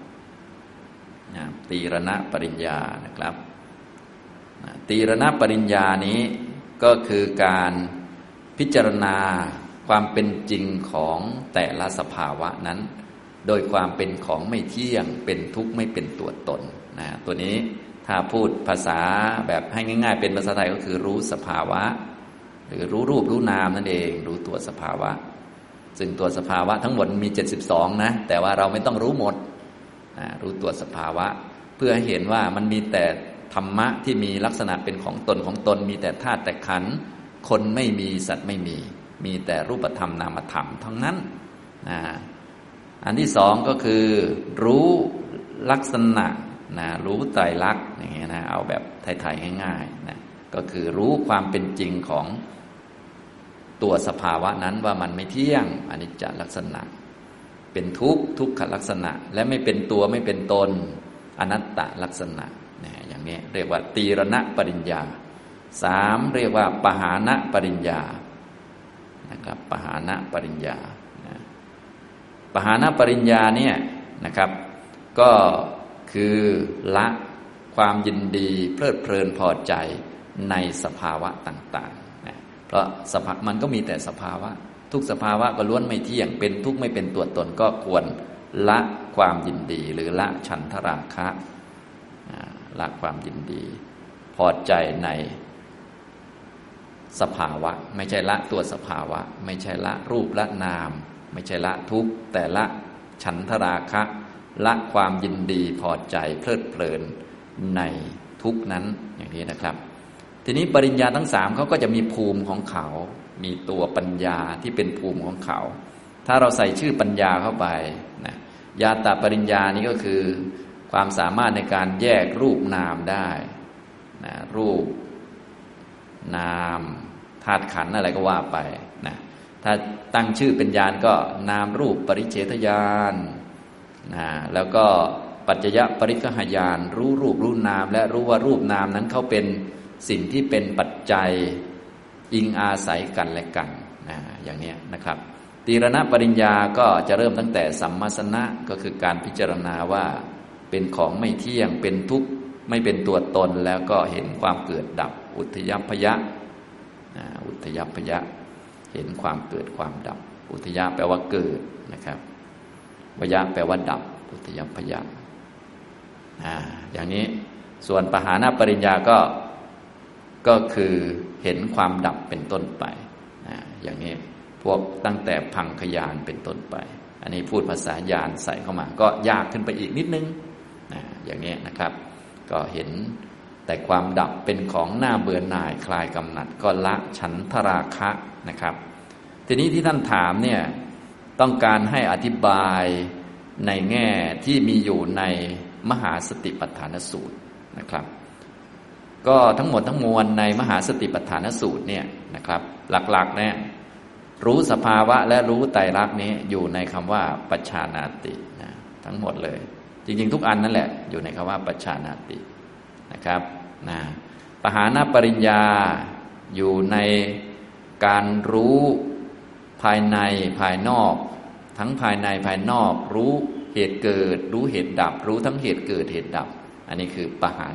ตีรณปริญญานะครับตีรณปริญญานี้ก็คือการพิจารณาความเป็นจริงของแต่ละสภาวะนั้นโดยความเป็นของไม่เที่ยงเป็นทุกข์ไม่เป็นตัวตนตัวนี้ถ้าพูดภาษาแบบให้ง่ายๆเป็นภาษาไทยก็คือรู้สภาวะหรือรู้รูปรู้นามนั่นเองรู้ตัวสภาวะซึ่งตัวสภาวะทั้งหมดมี72นะแต่ว่าเราไม่ต้องรู้หมดรู้ตัวสภาวะเพื่อให้เห็นว่ามันมีแต่ธรรมะที่มีลักษณะเป็นของตนของตนมีแต่ธาตุแต่ขันธ์คนไม่มีสัตว์ไม่มีแต่รูปธรรมนามธรรมทั้งนั้นอันที่สองก็คือรู้ลักษณะรู้ไตรลักษณ์อย่างเงี้ยนะเอาแบบไทยๆง่ายๆนะก็คือรู้ความเป็นจริงของตัวสภาวะนั้นว่ามันไม่เที่ยงอนิจจลักษณะเป็นทุกข์ทุกขลักษณะและไม่เป็นตัวไม่เป็นตนอนัตตลักษณะอย่างนี้เรียกว่าตีรณปริญญาสามเรียกว่าปหานปริญญานะครับปหานปริญญาปหานปริญญาเนี่ยนะครับก็คือละความยินดีเพลิดเพลินพอใจในสภาวะต่างๆนะเพราะมันก็มีแต่สภาวะทุกสภาวะก็ล้วนไม่เที่ยงเป็นทุกข์ไม่เป็นตัวตนก็ควรละความยินดีหรือละฉันทราคะละความยินดีพอใจในสภาวะไม่ใช่ละตัวสภาวะไม่ใช่ละรูปละนามไม่ใช่ละทุกข์แต่ละฉันทราคะละความยินดีพอใจเพลิดเพลินในทุกข์นั้นอย่างนี้นะครับทีนี้ปริญญาทั้งสามเขาก็จะมีภูมิของเขามีตัวปัญญาที่เป็นภูมิของเขาถ้าเราใส่ชื่อปัญญาเข้าไปนะญาตปริญญานี้ก็คือความสามารถในการแยกรูปนามได้นะรูปนามธาตุขันธ์อะไรก็ว่าไปนะถ้าตั้งชื่อเป็นญาณก็นามรูปปริเฉทญาณนะแล้วก็ปัจจยปริคหญาณรู้รูปรู้นามและรู้ว่ารูปนามนั้นเขาเป็นสิ่งที่เป็นปัจจัยอิงอาศัยกันและกันอย่างนี้นะครับตีรณปริญญาก็จะเริ่มตั้งแต่สัมมาสนะก็คือการพิจารณาว่าเป็นของไม่เที่ยงเป็นทุกข์ไม่เป็นตัวตนแล้วก็เห็นความเกิดดับอุทธัยพยะอุทธัยพยะเห็นความเกิดความดับอุทธัยแปลว่าเกิดนะครับพยะแปลว่าดับอุทธัยพยะอย่างนี้ส่วนปหานปริญญาก็คือเห็นความดับเป็นต้นไปอย่างนี้พวกตั้งแต่พังคญาณเป็นต้นไปอันนี้พูดภาษาญาณใส่เข้ามาก็ยากขึ้นไปอีกนิดนึงอย่างนี้นะครับก็เห็นแต่ความดับเป็นของน่าเบื่อหน่ายคลายกำหนัดก็ละฉันทราคะนะครับทีนี้ที่ท่านถามเนี่ยต้องการให้อธิบายในแง่ที่มีอยู่ในมหาสติปัฏฐานสูตรนะครับก็ทั้งหมดทั้งมวลในมหาสติปัฏฐานสูตรเนี่ยนะครับหลักๆเนี่ยรู้สภาวะและรู้ไตรลักษณ์นี้อยู่ในคำว่าปัจฉานาตินะทั้งหมดเลยจริงๆทุกอันนั่นแหละอยู่ในคำว่าปัจฉานาตินะครับปหานปริญญาอยู่ในการรู้ภายในภายนอกทั้งภายในภายนอกรู้เหตุเกิดรู้เหตุดับรู้ทั้งเหตุเกิดเหตุดับอันนี้คือปหานะ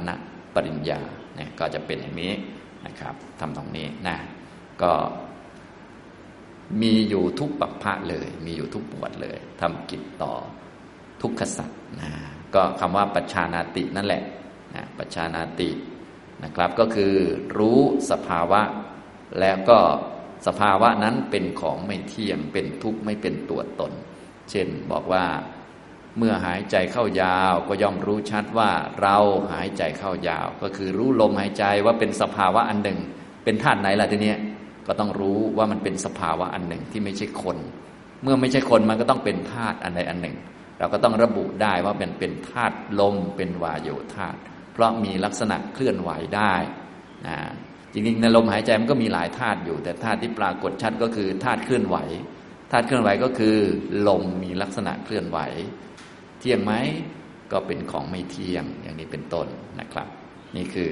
ปริญญาเนี่ยก็จะเป็นอย่างนี้นะครับทำตรงนี้นะก็มีอยู่ทุกปัปพะเลยมีอยู่ทุกบวชเลยทำกิจต่อทุกขสัตว์นะก็คำว่าปัจฉานาตินั่นแหละนะปัจฉานาตินะครับก็คือรู้สภาวะแล้วก็สภาวะนั้นเป็นของไม่เที่ยงเป็นทุกข์ไม่เป็นตัวตนเช่นบอกว่าเมื่อหายใจเข้ายาวก็ย่อมรู้ชัดว่าเราหายใจเข้ายาวก็คือรู้ลมหายใจว่าเป็นสภาวะอันหนึ่งเป็นธาตุไหนล่ะทีเนี้ยก็ต้องรู้ว่ามันเป็นสภาวะอันหนึ่งที่ไม่ใช่คนเมื่อไม่ใช่คนมันก็ต้องเป็นธาตุอันใดอันหนึ่งเราก็ต้องระบุได้ว่าเป็นธาตุลมเป็นวายโยธาตุเพราะมีลักษณะเคลื่อนไหวได้จริงๆในลมหายใจมันก็มีหลายธาตุอยู่แต่ธาตุที่ปรากฏชัดก็คือธาตุเคลื่อนไหวธาตุเคลื่อนไหวก็คือลมมีลักษณะเคลื่อนไหวเที่ยงไหมก็เป็นของไม่เที่ยงอย่างนี้เป็นต้นนะครับนี่คือ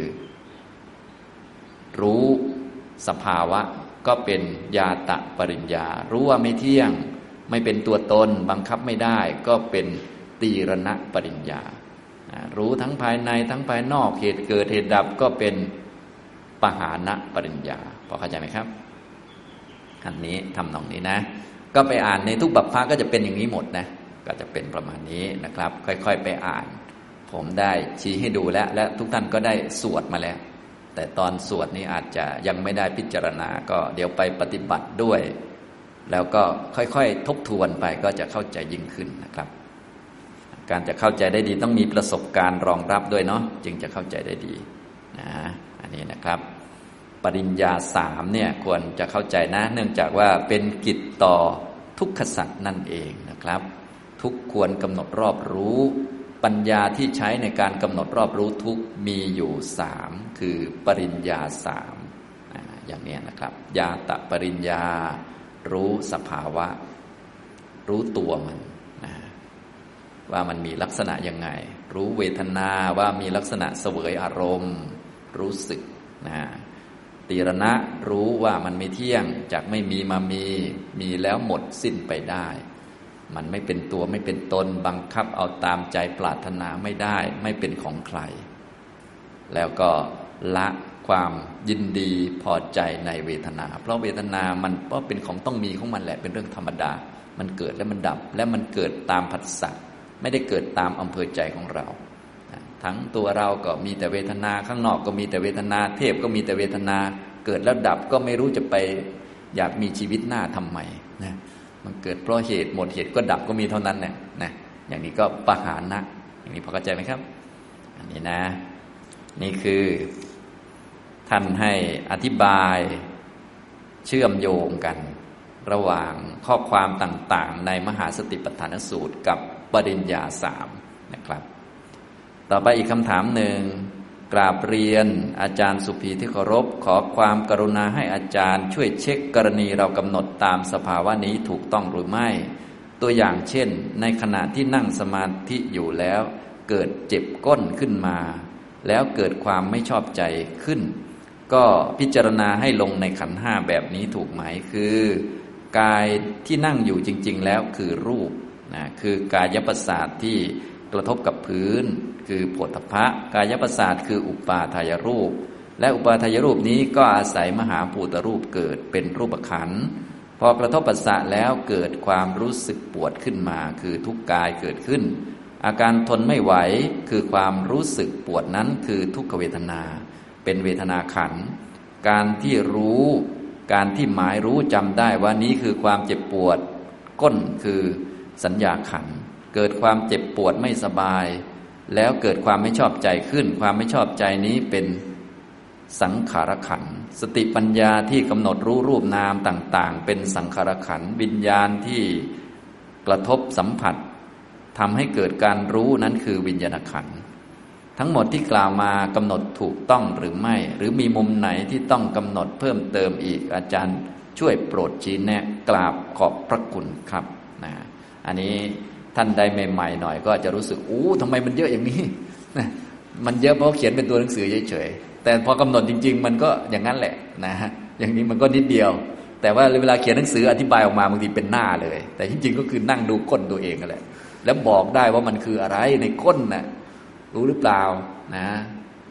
รู้สภาวะก็เป็นญาตะปริญญารู้ว่าไม่เที่ยงไม่เป็นตัวตนบังคับไม่ได้ก็เป็นตีรณะปริญญารู้ทั้งภายในทั้งภายนอกเหตุเกิดเหตุดับก็เป็นปหานะปริญญาพอเข้าใจไหมครับอันนี้ทำตรงนี้นะก็ไปอ่านในทุกบัพพะก็จะเป็นอย่างนี้หมดนะก็จะเป็นประมาณนี้นะครับค่อยๆไปอ่านผมได้ชี้ให้ดูแล้วและทุกท่านก็ได้สวดมาแล้วแต่ตอนสวดนี้อาจจะยังไม่ได้พิจารณาก็เดี๋ยวไปปฏิบัติด้วยแล้วก็ค่อยๆทบทวนไปก็จะเข้าใจยิ่งขึ้นนะครับการจะเข้าใจได้ดีต้องมีประสบการณ์รองรับด้วยเนาะจึงจะเข้าใจได้ดีนะอันนี้นะครับปริญญา3เนี่ยควรจะเข้าใจนะเนื่องจากว่าเป็นกิจต่อทุกขสัตว์นั่นเองนะครับทุกควรกำหนดรอบรู้ปัญญาที่ใช้ในการกำหนดรอบรู้ทุกมีอยู่3คือปริญญา3อย่างนี้นะครับญาตะปริญญารู้สภาวะรู้ตัวมันว่ามันมีลักษณะยังไงรู้เวทนาว่ามีลักษณะเสวยอารมณ์รู้สึกตีรณะรู้ว่ามันไม่เที่ยงจากไม่มีมามีแล้วหมดสิ้นไปได้มันไม่เป็นตัวไม่เป็นตนบังคับเอาตามใจปรารถนาไม่ได้ไม่เป็นของใครแล้วก็ละความยินดีพอใจในเวทนาเพราะเวทนามันก็เป็นของต้องมีของมันแหละเป็นเรื่องธรรมดามันเกิดและมันดับและมันเกิดตามผัสสะไม่ได้เกิดตามอำเภอใจของเราทั้งตัวเราก็มีแต่เวทนาข้างนอกก็มีแต่เวทนาเทพก็มีแต่เวทนาเกิดแล้วดับก็ไม่รู้จะไปอยากมีชีวิตหน้าทำไมนะมันเกิดเพราะเหตุหมดเหตุก็ดับก็มีเท่านั้นนะอย่างนี้ก็ปหานะอย่างนี้พอเข้าใจไหมครับอันนี้นะนี่คือท่านให้อธิบายเชื่อมโยงกันระหว่างข้อความต่างๆในมหาสติปัฏฐานสูตรกับปริญญา3นะครับต่อไปอีกคำถามหนึ่งกราบเรียนอาจารย์สุภีที่เคารพขอความกรุณาให้อาจารย์ช่วยเช็คกรณีเรากำหนดตามสภาวะนี้ถูกต้องหรือไม่ตัวอย่างเช่นในขณะที่นั่งสมาธิอยู่แล้วเกิดเจ็บก้นขึ้นมาแล้วเกิดความไม่ชอบใจขึ้นก็พิจารณาให้ลงในขันธ์5แบบนี้ถูกไหมคือกายที่นั่งอยู่จริงๆแล้วคือรูปคือกายประสาทที่กระทบกับพื้นคือโผฏฐัพพะกายประสาทคืออุปาทายรูปและอุปาทายรูปนี้ก็อาศัยมหาภูตรูปเกิดเป็นรูปขันธ์พอกระทบปัสสะแล้วเกิดความรู้สึกปวดขึ้นมาคือทุกขกายเกิดขึ้นอาการทนไม่ไหวคือความรู้สึกปวดนั้นคือทุกขเวทนาเป็นเวทนาขันธ์การที่รู้การที่หมายรู้จำได้ว่านี้คือความเจ็บปวดก้นคือสัญญาขันธ์เกิดความเจ็บปวดไม่สบายแล้วเกิดความไม่ชอบใจขึ้นความไม่ชอบใจนี้เป็นสังขารขันธ์สติปัญญาที่กำหนดรู้รูปนามต่างๆเป็นสังขารขันธ์วิญญาณที่กระทบสัมผัสทำให้เกิดการรู้นั้นคือวิญญาณขันธ์ทั้งหมดที่กล่าวมากำหนดถูกต้องหรือไม่หรือมีมุมไหนที่ต้องกำหนดเพิ่มเติมอีกอาจารย์ช่วยโปรดชี้แนะกราบขอบพระคุณครับอันนี้ท่านใดใหม่ๆหน่อยก็จะรู้สึกทำไมมันเยอะอย่างนี้มันเยอะเพราะเขียนเป็นตัวหนังสือเฉยๆแต่พอกำหนดจริงๆมันก็อย่างนั้นแหละอย่างนี้มันก็นิดเดียวแต่ว่าเวลาเขียนหนังสืออธิบายออกมาบางทีเป็นหน้าเลยแต่จริงๆก็คือนั่งดูก้นตัวเองนั่นแหละแล้วบอกได้ว่ามันคืออะไรในก้นรู้หรือเปล่า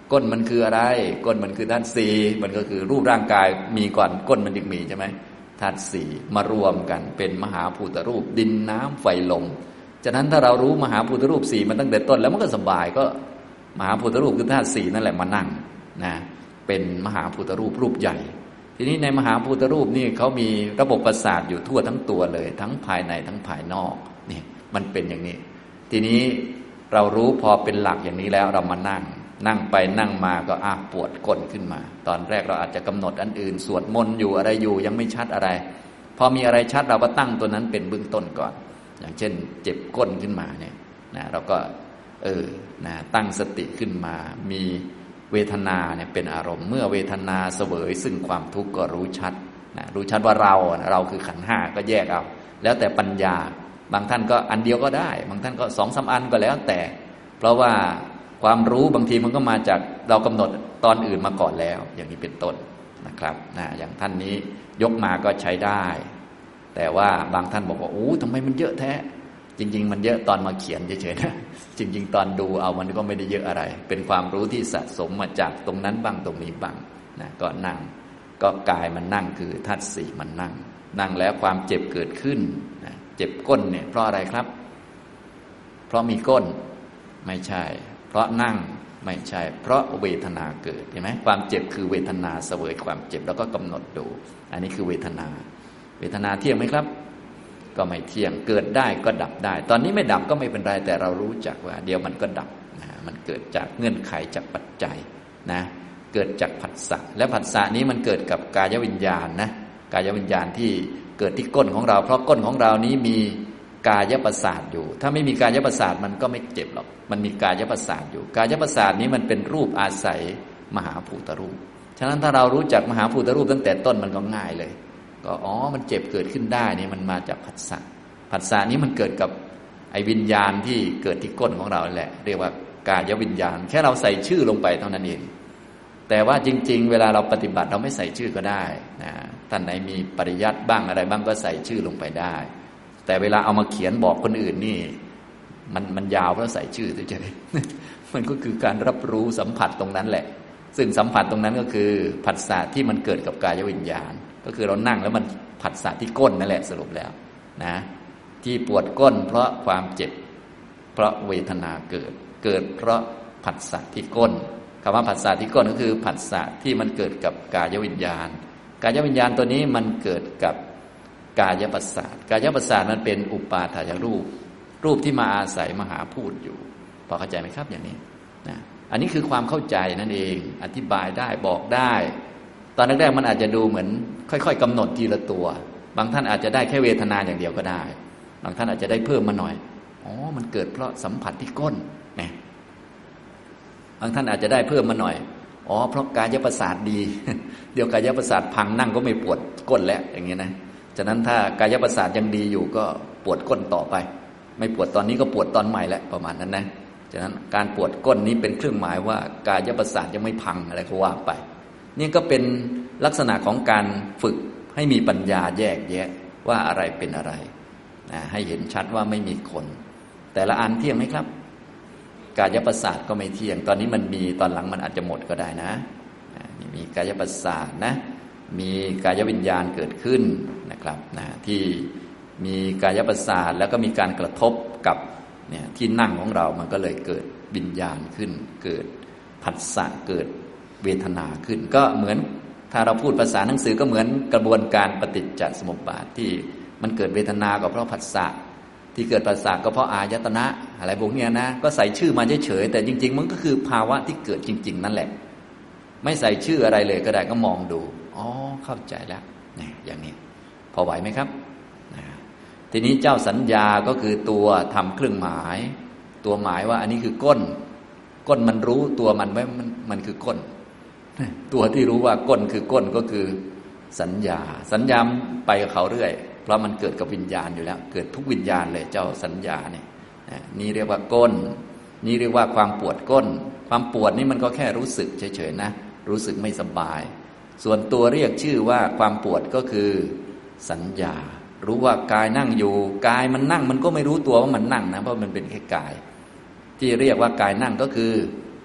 ก้นมันคืออะไรก้นมันคือธาตุสี่มันก็คือรูปร่างกายมีก่อนก้นมันจึงมีใช่ไหมธาตุสี่มารวมกันเป็นมหาภูตรูปดินน้ำไฟลมฉะนั้นถ้าเรารู้มหาภูตรูปสี่มันตั้งแต่ต้นแล้วมันก็สบายก็มหาภูตรูปคือธาตุสี่นั่นแหละมานั่งนะเป็นมหาภูตรูปรูปใหญ่ทีนี้ในมหาภูตรูปนี่เขามีระบบประสาทอยู่ทั่วทั้งตัวเลยทั้งภายในทั้งภายนอกนี่มันเป็นอย่างนี้ทีนี้เรารู้พอเป็นหลักอย่างนี้แล้วเรามานั่งไปนั่งมาก็ปวดก้นขึ้นมาตอนแรกเราอาจจะกำหนดอันอื่นสวดมนต์อยู่อะไรอยู่ยังไม่ชัดอะไรพอมีอะไรชัดเราก็ตั้งตัวนั้นเป็นเบื้องต้นก่อนอย่างเช่นเจ็บก้นขึ้นมาเนี่ยนะเราก็ตั้งสติขึ้นมามีเวทนาเนี่ยเป็นอารมณ์เมื่อเวทนาเสวยซึ่งความทุกข์ก็รู้ชัดนะรู้ชัดว่าเราคือขันธ์ห้าก็แยกเอาแล้วแต่ปัญญาบางท่านก็อันเดียวก็ได้บางท่านก็2-3อันก็แล้วแต่เพราะว่าความรู้บางทีมันก็มาจากเรากำหนดตอนอื่นมาก่อนแล้วอย่างนี้เป็นต้นนะครับอย่างท่านนี้ยกมาก็ใช้ได้แต่ว่าบางท่านบอกว่าทำไมมันเยอะแท้จริงๆมันเยอะตอนมาเขียนเฉยๆนะจริงๆตอนดูเอามันก็ไม่ได้เยอะอะไรเป็นความรู้ที่สะสมมาจากตรงนั้นบ้างตรงนี้บ้างนะก็นั่งก็กายมันนั่งคือธาตุสี่มันนั่งแล้วความเจ็บเกิดขึ้นนะเจ็บก้นเนี่ยเพราะอะไรครับเพราะมีก้นไม่ใช่เพราะนั่งไม่ใช่เพราะเวทนาเกิดเห็นไหมความเจ็บคือเวทนาเสวยความเจ็บแล้วก็กำหนดดูอันนี้คือเวทนาเที่ยงไหมครับก็ไม่เที่ยงเกิดได้ก็ดับได้ตอนนี้ไม่ดับก็ไม่เป็นไรแต่เรารู้จักว่าเดี๋ยวมันก็ดับนะมันเกิดจากเงื่อนไขจากปัจจัยนะเกิดจากผัสสะและผัสสะนี้มันเกิดกับกายวิญญาณนะกายวิญญาณที่เกิดที่ก้นของเราเพราะก้นของเรานี้มีกายประสาทอยู่ถ้าไม่มีกายประสาทมันก็ไม่เจ็บหรอกมันมีกายประสาทอยู่กายประสาทนี้มันเป็นรูปอาศัยมหาภูตรูปฉะนั้นถ้าเรารู้จักมหาภูตรูปตั้งแต่ต้นมันก็ง่ายเลยก็มันเจ็บเกิดขึ้นได้นี่มันมาจากผัสสะนี้มันเกิดกับไอ้วิญญาณที่เกิดที่ก้นของเราแหละเรียกว่ากายวิญญาณแค่เราใส่ชื่อลงไปเท่านั้นเองแต่ว่าจริงๆเวลาเราปฏิบัติเราไม่ใส่ชื่อก็ได้นะท่านไหนมีปริยัติบ้างอะไรบ้างก็ใส่ชื่อลงไปได้แต่เวลาเอามาเขียนบอกคนอื่นนี่มันยาวเพราะใส่ชื่อเฉยๆมันก็คือการรับรู้สัมผัสตรงนั้นแหละซึ่งสัมผัสตรงนั้นก็คือผัสสะที่มันเกิดกับกายวิญญาณก็คือเรานั่งแล้วมันผัสสะที่ก้นนั่นแหละสรุปแล้วนะที่ปวดก้นเพราะความเจ็บเพราะเวทนาเกิดเพราะผัสสะที่ก้นคำว่าผัสสะที่ก้นก็คือผัสสะที่มันเกิดกับกายวิญญาณกายวิญญาณตัวนี้มันเกิดกับกายประสาทกายประสาทมันเป็นอุปาทายรูปที่มาอาศัยมหาพูดอยู่พอเข้าใจไหมครับอย่างนี้นะอันนี้คือความเข้าใจนั่นเองอธิบายได้บอกได้ตอนแรกๆมันอาจจะดูเหมือนค่อยๆกำหนดทีละตัวบางท่านอาจจะได้แค่เวทนาอย่างเดียวก็ได้บางท่านอาจจะได้เพิ่มมาหน่อยมันเกิดเพราะสัมผัสที่ก้นนะบางท่านอาจจะได้เพิ่มมาหน่อยเพราะกายประสาทดีเดี๋ยวกายประสาทพังนั่งก็ไม่ปวดก้นแล้วอย่างเงี้ยนะฉะนั้นถ้ากายประสาทยังดีอยู่ก็ปวดก้นต่อไปไม่ปวดตอนนี้ก็ปวดตอนใหม่แล้วประมาณนั้นนะฉะนั้นการปวดก้นนี้เป็นเครื่องหมายว่ากายประสาทยังไม่พังอะไรก็ว่าไปนี่ก็เป็นลักษณะของการฝึกให้มีปัญญาแยกแยะว่าอะไรเป็นอะไรให้เห็นชัดว่าไม่มีคนแต่ละอันเที่ยงไหมครับกายประสาทก็ไม่เที่ยงตอนนี้มันมีตอนหลังมันอาจจะหมดก็ได้นะมีกายประสาทนะมีกายวิญญาณเกิดขึ้นนะครับที่มีกายประสาทแล้วก็มีการกระทบกับที่นั่งของเรามันก็เลยเกิดวิญญาณขึ้นเกิดผัสสะเกิดเวทนาขึ้นก็เหมือนถ้าเราพูดภาษาหนังสือก็เหมือนกระบวนการปฏิจจสมุปบาทที่มันเกิดเวทนาก็เพราะผัสสะที่เกิดผัสสะก็เพราะอายตนะอะไรพวกนี้นะก็ใส่ชื่อมาเฉยๆแต่จริงๆมันก็คือภาวะที่เกิดจริงๆนั่นแหละไม่ใส่ชื่ออะไรเลยก็ได้ก็มองดูเข้าใจแล้วอย่างนี้พอไหวไหมครับทีนี้เจ้าสัญญาก็คือตัวทำเครื่องหมายตัวหมายว่าอันนี้คือก้นมันรู้ตัวมันไว้มันคือก้นตัวที่รู้ว่าก้นคือก้นก็คือสัญญาไปกับเขาเรื่อยเพราะมันเกิดกับวิญญาณอยู่แล้วเกิดทุกวิญญาณเลยเจ้าสัญญาเนี่ยนี่เรียกว่าก้นนี่เรียกว่าความปวดก้นความปวดนี่มันก็แค่รู้สึกเฉยๆนะรู้สึกไม่สบายส่วนตัวเรียกชื่อว่าความปวดก็คือสัญญารู้ว่ากายนั่งอยู่กายมันนั่งมันก็ไม่รู้ตัวว่ามันนั่งนะเพราะมันเป็นแค่กายที่เรียกว่ากายนั่งก็คือ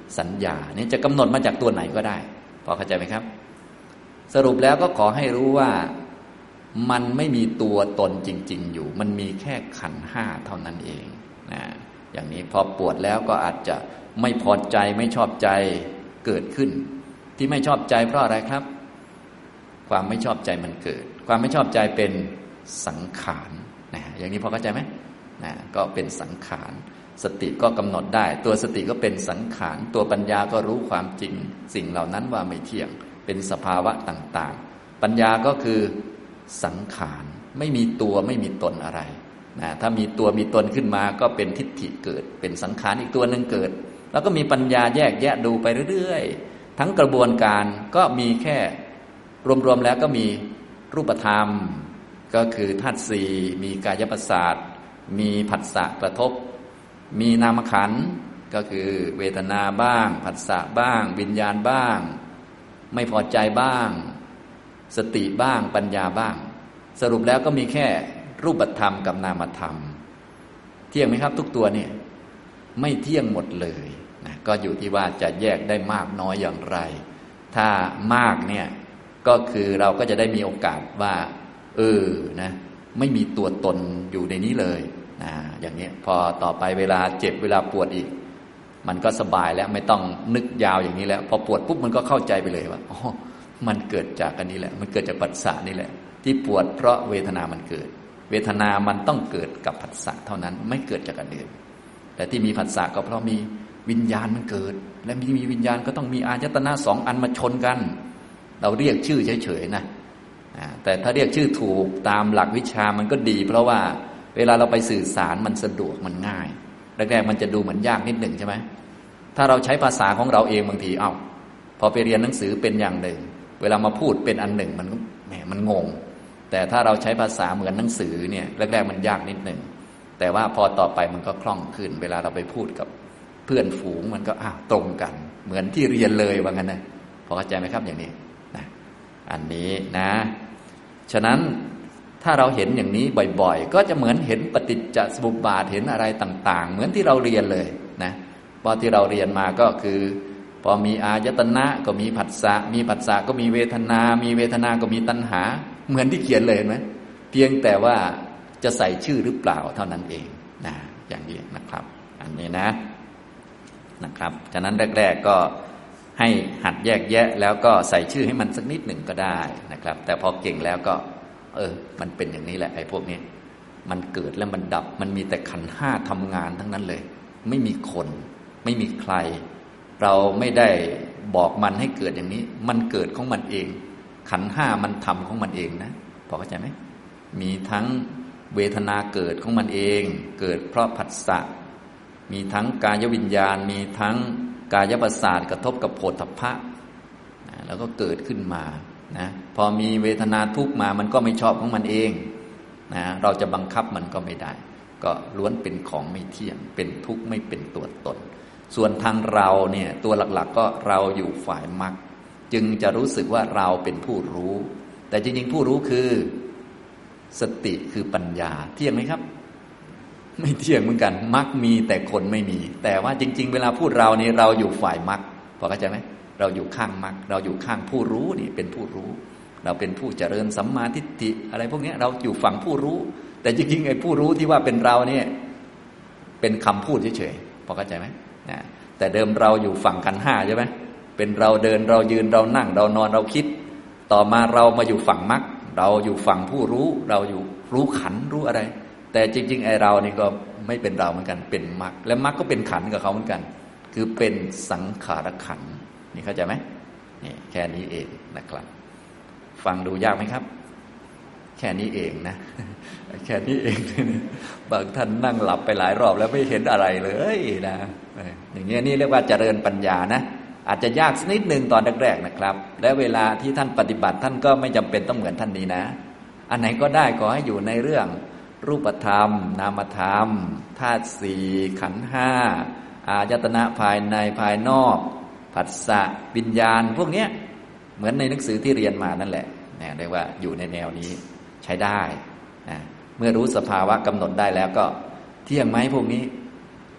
สัญญานี่จะกำหนดมาจากตัวไหนก็ได้พอเข้าใจไหมครับสรุปแล้วก็ขอให้รู้ว่ามันไม่มีตัวตนจริงๆอยู่มันมีแค่ขันธ์ห้าเท่านั้นเองนะอย่างนี้พอปวดแล้วก็อาจจะไม่พอใจไม่ชอบใจเกิดขึ้นที่ไม่ชอบใจเพราะอะไรครับความไม่ชอบใจมันเกิดความไม่ชอบใจเป็นสังขารนะอย่างนี้พอเข้าใจไหมนะก็เป็นสังขารสติก็กำหนดได้ตัวสติก็เป็นสังขารตัวปัญญาก็รู้ความจริงสิ่งเหล่านั้นว่าไม่เที่ยงเป็นสภาวะต่างๆปัญญาก็คือสังขารไม่มีตัวไม่มีตนอะไรนะถ้ามีตัวมีตนขึ้นมาก็เป็นทิฏฐิเกิดเป็นสังขารอีกตัวหนึ่งเกิดแล้วก็มีปัญญาแยกแยะดูไปเรื่อยๆทั้งกระบวนการก็มีแค่รวมๆแล้วก็มีรูปธรรมก็คือธาตุสี่มีกายประสาทมีผัสสะกระทบมีนามขันธ์ก็คือเวทนาบ้างผัสสะบ้างวิญญาณบ้างไม่พอใจบ้างสติบ้างปัญญาบ้างสรุปแล้วก็มีแค่รูปธรรมกับนามธรรมเที่ยงไหมครับทุกตัวเนี่ยไม่เที่ยงหมดเลยนะก็อยู่ที่ว่าจะแยกได้มากน้อยอย่างไรถ้ามากเนี่ยก็คือเราก็จะได้มีโอกาสว่านะไม่มีตัวตนอยู่ในนี้เลยนะอย่างนี้พอต่อไปเวลาเจ็บเวลาปวดอีกมันก็สบายแล้วไม่ต้องนึกยาวอย่างนี้แล้วพอปวดปุ๊บมันก็เข้าใจไปเลยว่าอ๋อมันเกิดจากอันนี้แหละมันเกิดจากผัสสะนี่แหละที่ปวดเพราะเวทนามันเกิดเวทนามันต้องเกิดกับผัสสะเท่านั้นไม่เกิดจากอันอื่นแต่ที่มีผัสสะก็เพราะมีวิญญาณมันเกิดและมีวิญญาณก็ต้องมีอายตนะสองอันมาชนกันเราเรียกชื่อเฉยๆนะแต่ถ้าเรียกชื่อถูกตามหลักวิชามันก็ดีเพราะว่าเวลาเราไปสื่อสารมันสะดวกมันง่ายแรกๆมันจะดูเหมือนยากนิดหนึ่งใช่ไหมถ้าเราใช้ภาษาของเราเองบางทีพอไปเรียนหนังสือเป็นอย่างหนึ่งเวลามาพูดเป็นอันหนึ่งมันงงแต่ถ้าเราใช้ภาษาเหมือนหนังสือเนี่ยแรกๆมันยากนิดหนึ่งแต่ว่าพอต่อไปมันก็คล่องขึ้นเวลาเราไปพูดกับเพื่อนฝูงมันก็ตรงกันเหมือนที่เรียนเลยว่างั้นนะพอเข้าใจไหมครับอย่างนี้นะอันนี้นะฉะนั้นถ้าเราเห็นอย่างนี้บ่อยๆก็จะเหมือนเห็นปฏิจจสมุปบาทเห็นอะไรต่างๆเหมือนที่เราเรียนเลยนะพอที่เราเรียนมาก็คือพอมีอายตนะก็มีผัสสะมีผัสสะก็มีเวทนามีเวทนาก็มีตัณหาเหมือนที่เขียนเลยเห็นไหมเพียงแต่ว่าจะใส่ชื่อหรือเปล่าเท่านั้นเองนะอย่างนี้นะครับอันนี้นะครับฉะนั้นแรกๆก็ให้หัดแยกแยะแล้วก็ใส่ชื่อให้มันสักนิดหนึ่งก็ได้นะครับแต่พอเก่งแล้วก็มันเป็นอย่างนี้แหละไอ้พวกนี้มันเกิดแล้วมันดับมันมีแต่ขันธ์ห้าทำงานทั้งนั้นเลยไม่มีคนไม่มีใครเราไม่ได้บอกมันให้เกิดอย่างนี้มันเกิดของมันเองขันธ์ห้ามันทำของมันเองนะพอเข้าใจไหมมีทั้งเวทนาเกิดของมันเองเกิดเพราะผัสสะมีทั้งกายวิญญาณมีทั้งกายประสาทกระทบกับโผฏฐัพพะแล้วก็เกิดขึ้นมานะพอมีเวทนาทุกข์มามันก็ไม่ชอบของมันเองนะเราจะบังคับมันก็ไม่ได้ก็ล้วนเป็นของไม่เที่ยงเป็นทุกข์ไม่เป็นตัวตนส่วนทางเราเนี่ยตัวหลักๆก็เราอยู่ฝ่ายมรรคจึงจะรู้สึกว่าเราเป็นผู้รู้แต่จริงๆผู้รู้คือสติคือปัญญาเที่ยงไหมครับไม่เที่ยงเหมือนกันมรรคมีแต่คนไม่มีแต่ว่าจริงๆเวลาพูดเรานี่เราอยู่ฝ่ายมรรคพอเข้าใจไหมเราอยู่ข้างมรรคเราอยู่ข้างผู้รู้นี่เป็นผู้รู้เราเป็นผู้เจริญสัมมาทิฏฐิอะไรพวกนี้เราอยู่ฝั่งผู้รู้แต่จริงๆไอ้ผู้รู้ที่ว่าเป็นเราเนี่ยเป็นคำพูดเฉยๆพอเข้าใจไหมแต่เดิมเราอยู่ฝั่งขันธ์ห้าใช่ไหมเป็นเราเดินเรายืนเรานั่งเรานอนเราคิดต่อมาเรามาอยู่ฝั่งมรรคเราอยู่ฝั่งผู้รู้เราอยู่รู้ขันธ์รู้อะไรแต่จริงๆไอ้เรานี่ก็ไม่เป็นเราเหมือนกันเป็นมรรคและมรรคก็เป็นขันธ์กับเขาเหมือนกันคือเป็นสังขารขันธ์นี่เข้าใจไหมนี่แค่นี้เองนะครับฟังดูยากไหมครับแค่นี้เองนะแค่นี้เองบางท่านนั่งหลับไปหลายรอบแล้วไม่เห็นอะไรเลยนะอย่างเงี้ยนี่เรียกว่าเจริญปัญญานะอาจจะยากนิดนึงตอนแรกๆนะครับและเวลาที่ท่านปฏิบัติท่านก็ไม่จำเป็นต้องเหมือนท่านนี้นะอันไหนก็ได้ขอให้อยู่ในเรื่องรูปธรรมนามธรรมธาตุสี่ขันธ์ห้าอายตนะภายในภายนอกผัสสะวิญญาณพวกเนี้ยเหมือนในหนังสือที่เรียนมานั่นแหละเนี่ยเรียกว่าอยู่ในแนวนี้ใช้ได้นะเมื่อรู้สภาวะกำหนดได้แล้วก็เที่ยงไหมพวกนี้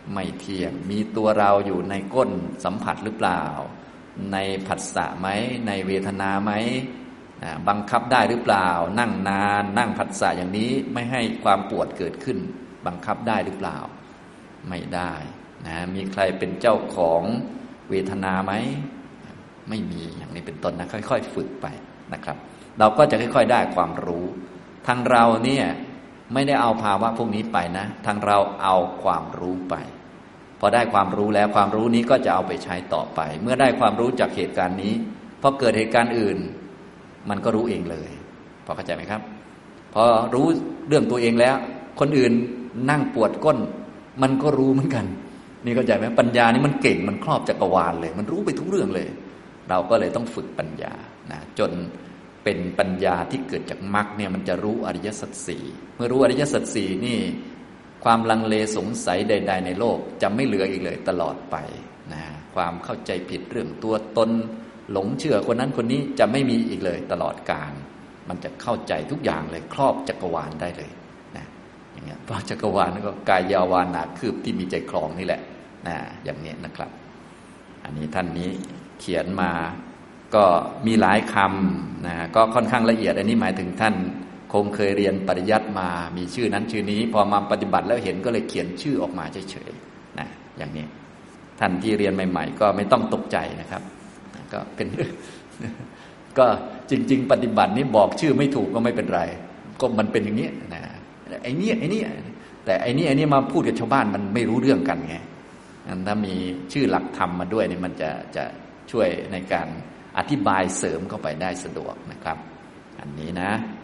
ไม่เที่ยงมีตัวเราอยู่ในก้นสัมผัสหรือเปล่าในผัสสะไหมในเวทนาไหมบังคับได้หรือเปล่านั่งนานนั่งผัสสะอย่างนี้ไม่ให้ความปวดเกิดขึ้นบังคับได้หรือเปล่าไม่ได้นะมีใครเป็นเจ้าของเวทนาไหมไม่มีอย่างนี้เป็นต้นนะค่อยๆฝึกไปนะครับเราก็จะค่อยๆได้ความรู้ทางเราเนี่ยไม่ได้เอาภาวะพวกนี้ไปนะทางเราเอาความรู้ไปพอได้ความรู้แล้วความรู้นี้ก็จะเอาไปใช้ต่อไปเมื่อได้ความรู้จากเหตุการณ์นี้พอเกิดเหตุการณ์อื่นมันก็รู้เองเลยพอเข้าใจไหมครับพอรู้เรื่องตัวเองแล้วคนอื่นนั่งปวดก้นมันก็รู้เหมือนกันนี่เข้าใจไหมปัญญานี่มันเก่งมันครอบจักรวาลเลยมันรู้ไปทุกเรื่องเลยเราก็เลยต้องฝึกปัญญานะจนเป็นปัญญาที่เกิดจากมรรคเนี่ยมันจะรู้อริยสัจสี่เมื่อรู้อริยสัจสี่นี่ความลังเลสงสัยใดๆในโลกจะไม่เหลืออีกเลยตลอดไปนะความเข้าใจผิดเรื่องตัวตนหลงเชื่อคนนั้นคนนี้จะไม่มีอีกเลยตลอดกาลมันจะเข้าใจทุกอย่างเลยครอบจักรวาลได้เลยนะอย่างเงี้ยเพราะจักรวาลนั่นก็กายยาวานาคืบที่มีใจคลองนี่แหละนะอย่างนี้นะครับอันนี้ท่านนี้เขียนมาก็มีหลายคำนะก็ค่อนข้างละเอียดอันนี้หมายถึงท่านคงเคยเรียนปริยัติมามีชื่อนั้นชื่อนี้พอมาปฏิบัติแล้วเห็นก็เลยเขียนชื่อออกมาเฉยๆนะอย่างนี้ท่านที่เรียนใหม่ๆก็ไม่ต้องตกใจนะครับก็เป็น ก็จริงๆปฏิบัตินี้บอกชื่อไม่ถูกก็ไม่เป็นไรก็มันเป็นอย่างนี้นะไอ้นี่แต่ไอ้นี่มาพูดกับชาวบ้านมันไม่รู้เรื่องกันไงถ้ามีชื่อหลักธรรมมาด้วยนี่มันจะช่วยในการอธิบายเสริมเข้าไปได้สะดวกนะครับอันนี้นะ